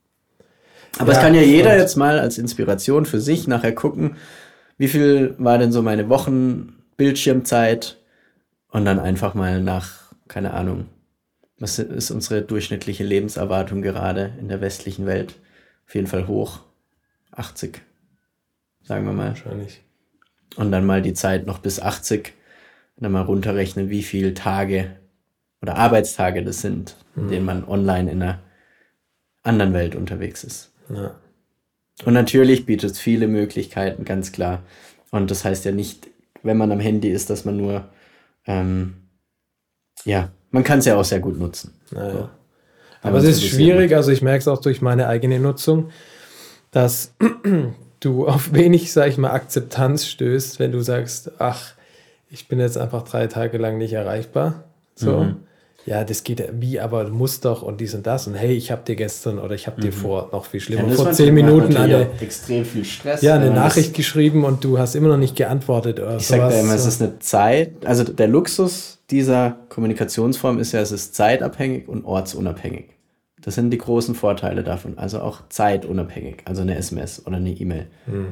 es kann ja jeder jetzt mal als Inspiration für sich nachher gucken, wie viel war denn so meine Wochenbildschirmzeit und dann einfach mal nach, keine Ahnung, was ist unsere durchschnittliche Lebenserwartung gerade in der westlichen Welt? Auf jeden Fall hoch, 80, sagen wir mal. Wahrscheinlich. Und dann mal die Zeit noch bis 80 und dann mal runterrechnen, wie viele Tage oder Arbeitstage das sind, in denen man online in einer anderen Welt unterwegs ist. Ja. Und natürlich bietet es viele Möglichkeiten, ganz klar. Und das heißt ja nicht, wenn man am Handy ist, dass man nur, man kann es ja auch sehr gut nutzen. Naja. So. Aber es ist schwierig, also ich merke es auch durch meine eigene Nutzung, dass du auf wenig, sag ich mal, Akzeptanz stößt, wenn du sagst, ach, ich bin jetzt einfach 3 Tage lang nicht erreichbar. So. Ja, das geht wie, aber du musst doch und dies und das und hey, ich habe dir gestern oder ich habe dir vor, noch viel schlimmer, vor 10 Minuten extrem viel Stress. Ja, eine Nachricht geschrieben und du hast immer noch nicht geantwortet oder ich sage da immer, es ist eine Zeit, also der Luxus dieser Kommunikationsform ist ja, es ist zeitabhängig und ortsunabhängig. Das sind die großen Vorteile davon, also auch zeitunabhängig, also eine SMS oder eine E-Mail.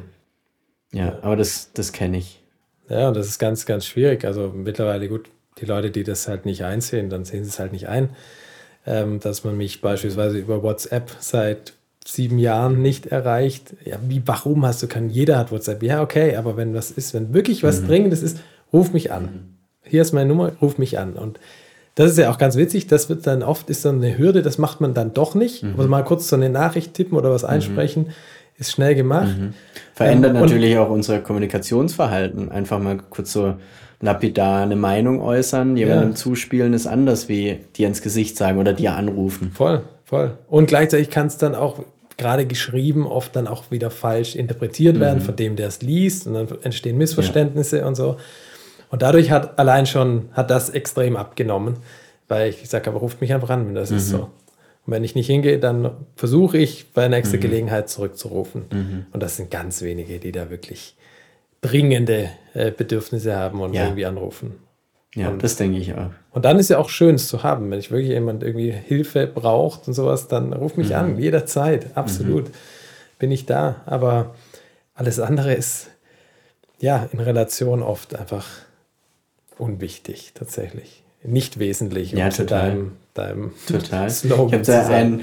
Ja, aber das kenne ich. Ja, und das ist ganz, ganz schwierig, also mittlerweile gut, die Leute, die das halt nicht einsehen, dann sehen sie es halt nicht ein, dass man mich beispielsweise über WhatsApp seit 7 Jahren nicht erreicht. Ja, warum jeder hat WhatsApp. Ja, okay, aber wenn was ist, wenn wirklich was Dringendes ist, ruf mich an. Hier ist meine Nummer, ruf mich an. Und das ist ja auch ganz witzig, das wird dann oft, ist dann eine Hürde, das macht man dann doch nicht. Also mal kurz so eine Nachricht tippen oder was einsprechen, ist schnell gemacht. Verändert natürlich auch unser Kommunikationsverhalten. Einfach mal kurz so lapidar eine Meinung äußern, jemandem zuspielen ist anders, wie dir ins Gesicht sagen oder dir anrufen. Voll. Und gleichzeitig kann es dann auch, gerade geschrieben, oft dann auch wieder falsch interpretiert werden von dem, der es liest und dann entstehen Missverständnisse und so. Und dadurch hat das extrem abgenommen, weil ich sage, aber ruft mich einfach an, wenn das ist so. Und wenn ich nicht hingehe, dann versuche ich bei nächster Gelegenheit zurückzurufen. Und das sind ganz wenige, die da wirklich dringende Bedürfnisse haben und irgendwie anrufen. Ja, und das denke ich auch. Und dann ist ja auch schön, es zu haben. Wenn ich wirklich jemand irgendwie Hilfe braucht und sowas, dann ruf mich an, jederzeit, absolut. Bin ich da. Aber alles andere ist ja in Relation oft einfach unwichtig, tatsächlich. Nicht wesentlich. Ja, total. Deinem Slogan. Ich habe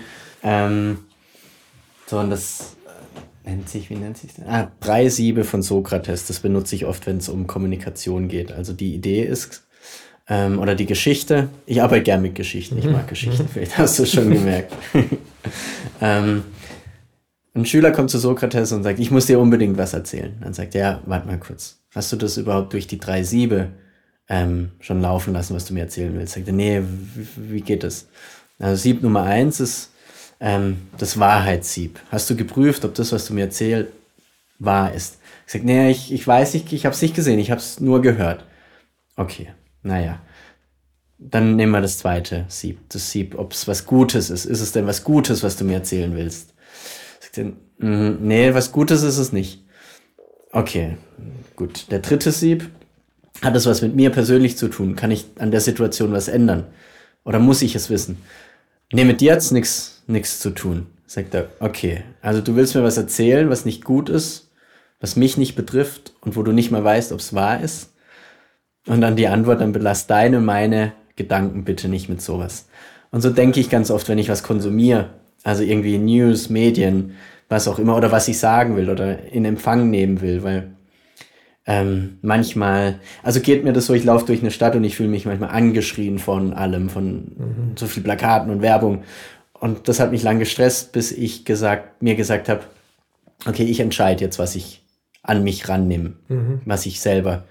da das wie nennt sich das? 3 Siebe von Sokrates. Das benutze ich oft, wenn es um Kommunikation geht. Also die Idee ist, oder die Geschichte. Ich arbeite gern mit Geschichten. Ich mag Geschichten. Vielleicht hast du es schon gemerkt. Ein Schüler kommt zu Sokrates und sagt, ich muss dir unbedingt was erzählen. Dann sagt er, ja, warte mal kurz. Hast du das überhaupt durch die 3 Siebe schon laufen lassen, was du mir erzählen willst? Sagt er, nee, wie geht das? Also Sieb Nummer 1 ist das Wahrheitssieb. Hast du geprüft, ob das, was du mir erzählst, wahr ist? Ich sage, nee, ich weiß nicht, ich habe es nicht gesehen, ich habe es nur gehört. Okay, naja. Dann nehmen wir das zweite Sieb. Das Sieb, ob es was Gutes ist. Ist es denn was Gutes, was du mir erzählen willst? Sagt er, nee, was Gutes ist es nicht. Okay, gut. Der dritte Sieb, hat es was mit mir persönlich zu tun? Kann ich an der Situation was ändern? Oder muss ich es wissen? Nee, mit dir hat es nichts zu tun. Sagt er, okay, also du willst mir was erzählen, was nicht gut ist, was mich nicht betrifft und wo du nicht mal weißt, ob es wahr ist. Und dann die Antwort, dann belass meine Gedanken bitte nicht mit sowas. Und so denke ich ganz oft, wenn ich was konsumiere, also irgendwie News, Medien, was auch immer, oder was ich sagen will oder in Empfang nehmen will, weil manchmal, also geht mir das so, ich laufe durch eine Stadt und ich fühle mich manchmal angeschrien von allem, von so viel Plakaten und Werbung. Und das hat mich lang gestresst, bis ich mir gesagt habe, okay, ich entscheide jetzt, was ich an mich rannehme, was ich selber,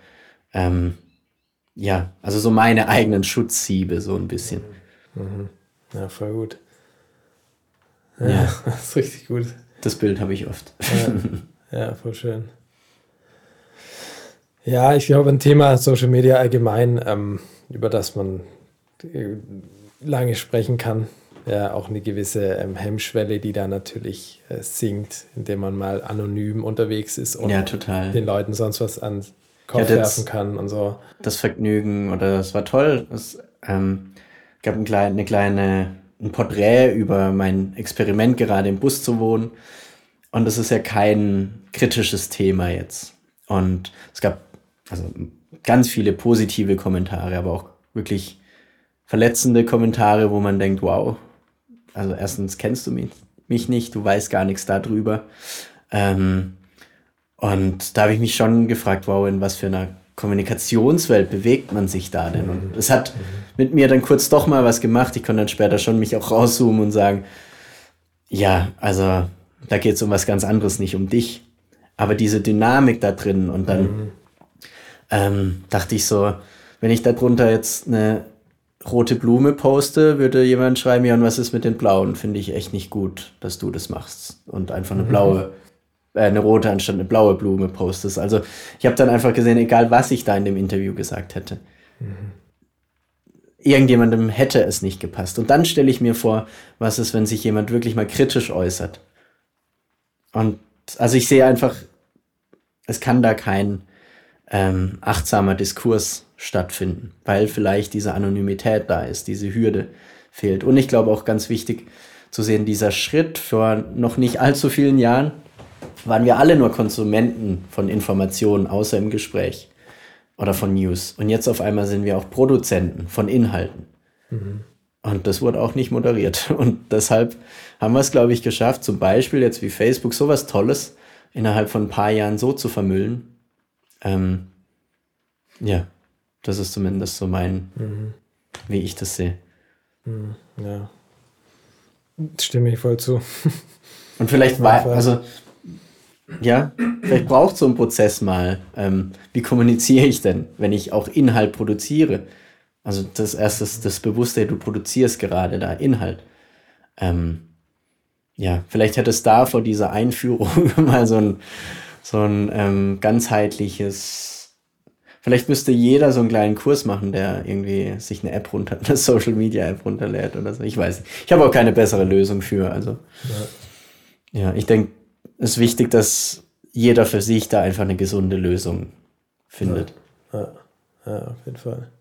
also so meine eigenen Schutzsiebe, so ein bisschen. Ja, voll gut. Ja, das ist richtig gut. Das Bild habe ich oft. Ja, voll schön. Ja, ich glaube, ein Thema Social Media allgemein, über das man lange sprechen kann, ja, auch eine gewisse Hemmschwelle, die da natürlich sinkt, indem man mal anonym unterwegs ist und total. den Leuten sonst was an den Kopf werfen kann und so. Das Vergnügen oder es war toll. Es gab ein Porträt über mein Experiment, gerade im Bus zu wohnen. Und es ist ja kein kritisches Thema jetzt. Und es gab also ganz viele positive Kommentare, aber auch wirklich verletzende Kommentare, wo man denkt, wow, also erstens kennst du mich nicht, du weißt gar nichts darüber. Und da habe ich mich schon gefragt, wow, in was für einer Kommunikationswelt bewegt man sich da denn? Und es hat mit mir dann kurz doch mal was gemacht. Ich konnte dann später schon mich auch rauszoomen und sagen, ja, also da geht es um was ganz anderes, nicht um dich. Aber diese Dynamik da drin und dann dachte ich so, wenn ich darunter jetzt eine rote Blume poste, würde jemand schreiben, ja, und was ist mit den blauen? Finde ich echt nicht gut, dass du das machst und einfach eine rote anstatt eine blaue Blume postest. Also ich habe dann einfach gesehen, egal was ich da in dem Interview gesagt hätte, irgendjemandem hätte es nicht gepasst. Und dann stelle ich mir vor, was ist, wenn sich jemand wirklich mal kritisch äußert. Und also ich sehe einfach, es kann da kein achtsamer Diskurs stattfinden, weil vielleicht diese Anonymität da ist, diese Hürde fehlt. Und ich glaube auch ganz wichtig zu sehen, dieser Schritt vor noch nicht allzu vielen Jahren waren wir alle nur Konsumenten von Informationen, außer im Gespräch oder von News. Und jetzt auf einmal sind wir auch Produzenten von Inhalten. Und das wurde auch nicht moderiert. Und deshalb haben wir es, glaube ich, geschafft, zum Beispiel jetzt wie Facebook, sowas Tolles innerhalb von ein paar Jahren so zu vermüllen. Ja, das ist zumindest so wie ich das sehe. Ja, stimme ich voll zu. Und vielleicht vielleicht braucht so ein Prozess mal, wie kommuniziere ich denn, wenn ich auch Inhalt produziere? Also das erste ist das Bewusste, du produzierst gerade da Inhalt. Vielleicht hätte es da vor dieser Einführung mal so ein ganzheitliches, vielleicht müsste jeder so einen kleinen Kurs machen, der irgendwie sich eine Social Media App runterlädt oder so. Ich weiß nicht. Ich habe auch keine bessere Lösung für. Also ich denke, es ist wichtig, dass jeder für sich da einfach eine gesunde Lösung findet. Ja, auf jeden Fall.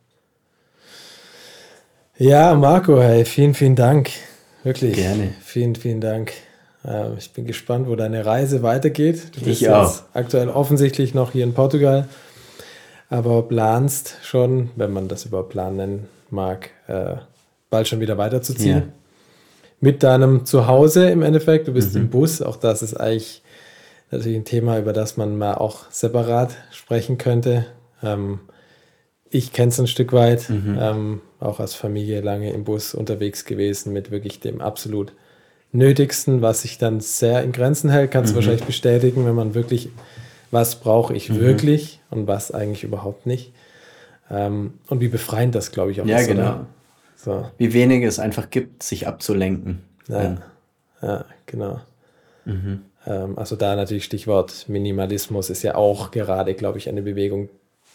Ja, Marco, hey, vielen, vielen Dank. Wirklich. Gerne. Vielen, vielen Dank. Ich bin gespannt, wo deine Reise weitergeht. Du bist ich auch. Jetzt aktuell offensichtlich noch hier in Portugal, aber planst schon, wenn man das überhaupt Plan nennen mag, bald schon wieder weiterzuziehen. Ja. Mit deinem Zuhause im Endeffekt. Du bist im Bus. Auch das ist eigentlich natürlich ein Thema, über das man mal auch separat sprechen könnte. Ich kenne es ein Stück weit, auch als Familie lange im Bus unterwegs gewesen mit wirklich dem absolut Nötigsten, was sich dann sehr in Grenzen hält, kannst du wahrscheinlich bestätigen, wenn man wirklich, was brauche ich wirklich und was eigentlich überhaupt nicht. Und wie befreiend das, glaube ich, auch ist. Ja, genau. So. Wie wenig es einfach gibt, sich abzulenken. Ja, genau. Also da natürlich Stichwort Minimalismus ist ja auch gerade, glaube ich, eine Bewegung.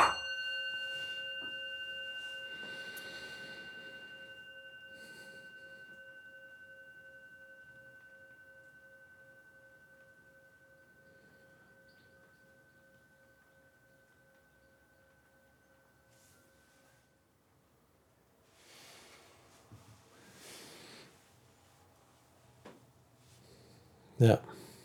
Ja.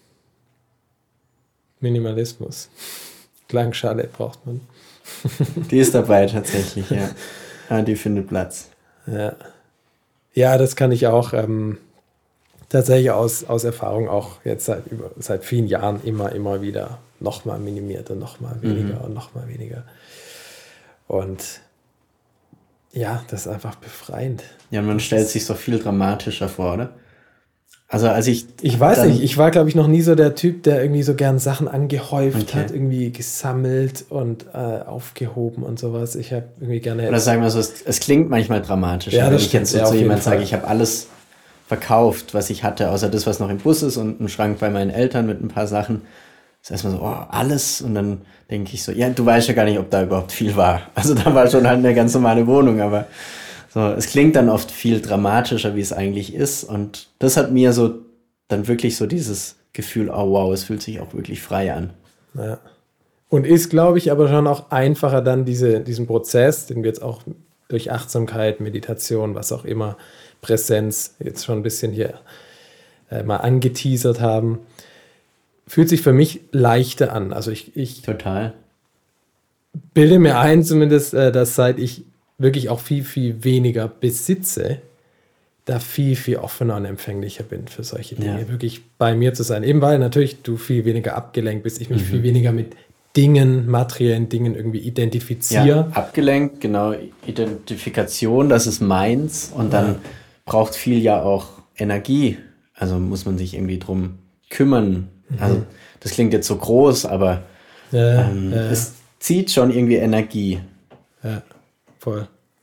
Minimalismus. Klangschale braucht man. Die ist dabei tatsächlich, ja. Die findet Platz. Ja, das kann ich auch tatsächlich aus Erfahrung auch jetzt seit vielen Jahren immer wieder nochmal minimiert und nochmal weniger und nochmal weniger. Und ja, das ist einfach befreiend. Ja, und man stellt sich so viel dramatischer vor, oder? Also als ich weiß nicht, ich war, glaube ich, noch nie so der Typ, der irgendwie so gern Sachen angehäuft hat, irgendwie gesammelt und aufgehoben und sowas. Ich habe irgendwie gerne... Oder sagen wir so, es klingt manchmal dramatisch. Ja, wenn ich jetzt so zu jemandem sage, ich habe alles verkauft, was ich hatte, außer das, was noch im Bus ist und ein Schrank bei meinen Eltern mit ein paar Sachen. Das ist erstmal so, oh, alles. Und dann denke ich so, ja, du weißt ja gar nicht, ob da überhaupt viel war. Also da war schon halt eine ganz normale Wohnung, aber so, es klingt dann oft viel dramatischer, wie es eigentlich ist. Und das hat mir so dann wirklich so dieses Gefühl, oh wow, es fühlt sich auch wirklich frei an. Ja. Und ist, glaube ich, aber schon auch einfacher dann diesen Prozess, den wir jetzt auch durch Achtsamkeit, Meditation, was auch immer, Präsenz jetzt schon ein bisschen hier mal angeteasert haben, fühlt sich für mich leichter an. Also ich Total. bilde mir ein zumindest, dass seit ich wirklich auch viel, viel weniger besitze, da viel, viel offener und empfänglicher bin für solche Dinge. Ja. Wirklich bei mir zu sein. Eben weil natürlich du viel weniger abgelenkt bist, ich mich viel weniger mit Dingen, materiellen Dingen irgendwie identifiziere. Ja, abgelenkt, genau. Identifikation, das ist meins. Und dann braucht viel ja auch Energie. Also muss man sich irgendwie drum kümmern. Also das klingt jetzt so groß, aber es zieht schon irgendwie Energie. Ja, voll.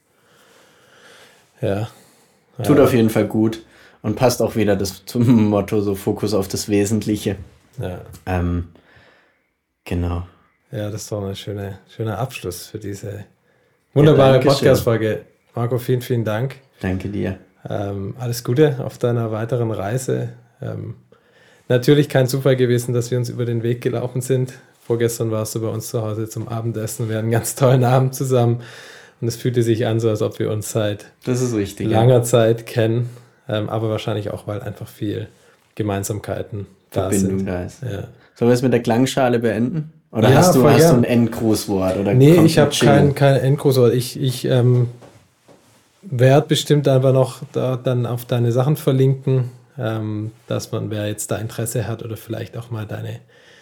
Ja. Tut auf jeden Fall gut und passt auch wieder zum Motto, so Fokus auf das Wesentliche. Ja. Genau. Ja, das war ein schöner Abschluss für diese wunderbare Podcast-Folge. Marco, vielen, vielen Dank. Danke dir. Alles Gute auf deiner weiteren Reise. Natürlich kein Zufall gewesen, dass wir uns über den Weg gelaufen sind. Vorgestern warst du bei uns zu Hause zum Abendessen. Wir hatten einen ganz tollen Abend zusammen. Und es fühlte sich an, so als ob wir uns seit langer Zeit kennen. Aber wahrscheinlich auch, weil einfach viel Gemeinsamkeiten Verbindung da ist. Ja. Sollen wir es mit der Klangschale beenden? Oder hast du ein Endgrußwort? Oder nee, ich habe kein Endgrußwort. Ich werde bestimmt einfach noch dann auf deine Sachen verlinken, dass man, wer jetzt da Interesse hat oder vielleicht auch mal deine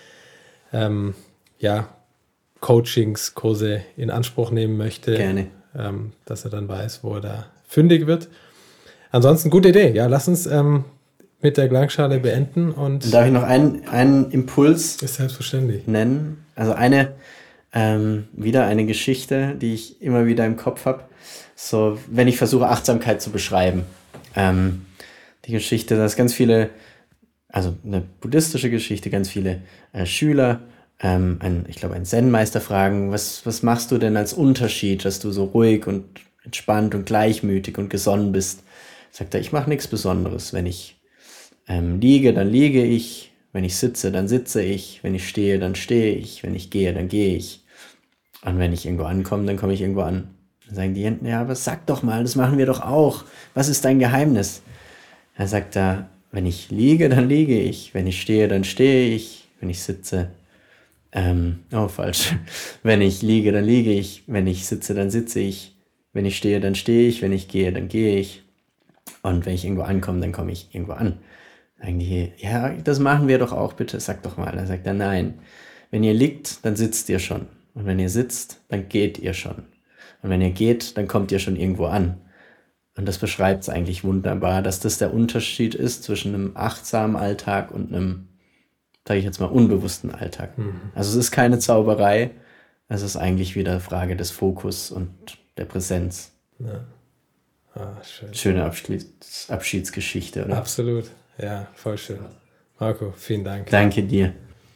Coachings, Kurse in Anspruch nehmen möchte, gerne, dass er dann weiß, wo er da fündig wird. Ansonsten gute Idee. Ja, lass uns mit der Klangschale beenden. Und darf ich noch einen Impuls ist selbstverständlich nennen? Also wieder eine Geschichte, die ich immer wieder im Kopf habe. So, wenn ich versuche, Achtsamkeit zu beschreiben. Die Geschichte, dass ganz viele, also eine buddhistische Geschichte, ganz viele Schüler, ich glaube, einen Zen-Meister fragen, was machst du denn als Unterschied, dass du so ruhig und entspannt und gleichmütig und gesonnen bist? Sagt er, ich mache nichts Besonderes. Wenn ich liege, dann liege ich. Wenn ich sitze, dann sitze ich. Wenn ich stehe, dann stehe ich. Wenn ich gehe, dann gehe ich. Und wenn ich irgendwo ankomme, dann komme ich irgendwo an. Dann sagen die Enten, ja, aber sag doch mal, das machen wir doch auch. Was ist dein Geheimnis? Dann sagt er, wenn ich liege, dann liege ich. Wenn ich stehe, dann stehe ich. Wenn ich sitze, falsch. Wenn ich liege, dann liege ich. Wenn ich sitze, dann sitze ich. Wenn ich stehe, dann stehe ich. Wenn ich gehe, dann gehe ich. Und wenn ich irgendwo ankomme, dann komme ich irgendwo an. Sagen die, ja, das machen wir doch auch, bitte, sag doch mal. Dann sagt er, nein. Wenn ihr liegt, dann sitzt ihr schon. Und wenn ihr sitzt, dann geht ihr schon. Und wenn ihr geht, dann kommt ihr schon irgendwo an. Und das beschreibt es eigentlich wunderbar, dass das der Unterschied ist zwischen einem achtsamen Alltag und einem, sage ich jetzt mal, unbewussten Alltag. Also es ist keine Zauberei, es ist eigentlich wieder Frage des Fokus und der Präsenz. Ja. Schön. Schöne Abschiedsgeschichte, oder? Absolut, ja, voll schön. Marco, vielen Dank. Danke dir.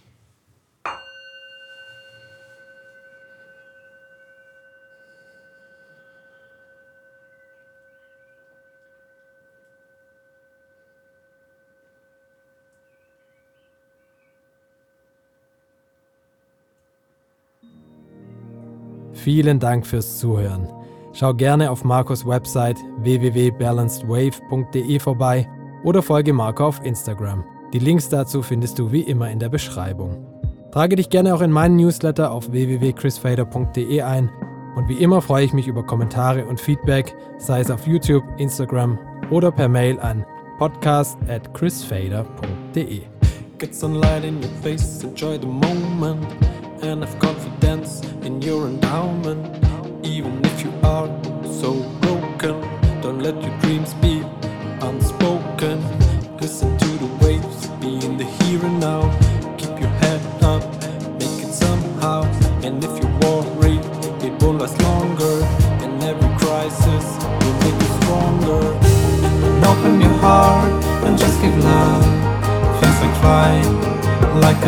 Vielen Dank fürs Zuhören. Schau gerne auf Marcos Website www.balancedwave.de vorbei oder folge Marco auf Instagram. Die Links dazu findest du wie immer in der Beschreibung. Trage dich gerne auch in meinen Newsletter auf www.chrisfader.de ein und wie immer freue ich mich über Kommentare und Feedback, sei es auf YouTube, Instagram oder per Mail an podcast@chrisfader.de. Get sunlight in your face, enjoy the moment, and have confidence in your endowment. Even if you are so broken, don't let your dreams be unspoken. Listen to the waves, be in the here and now. Keep your head up, make it somehow. And if you're worried, it won't last longer. And every crisis will make you stronger. And open your heart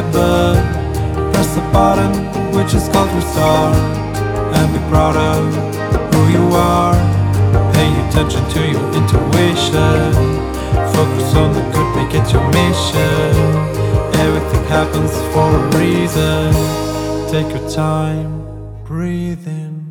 the press the button which is called restart, and be proud of who you are. Pay attention to your intuition, focus on the good, make it your mission. Everything happens for a reason. Take your time, breathe in.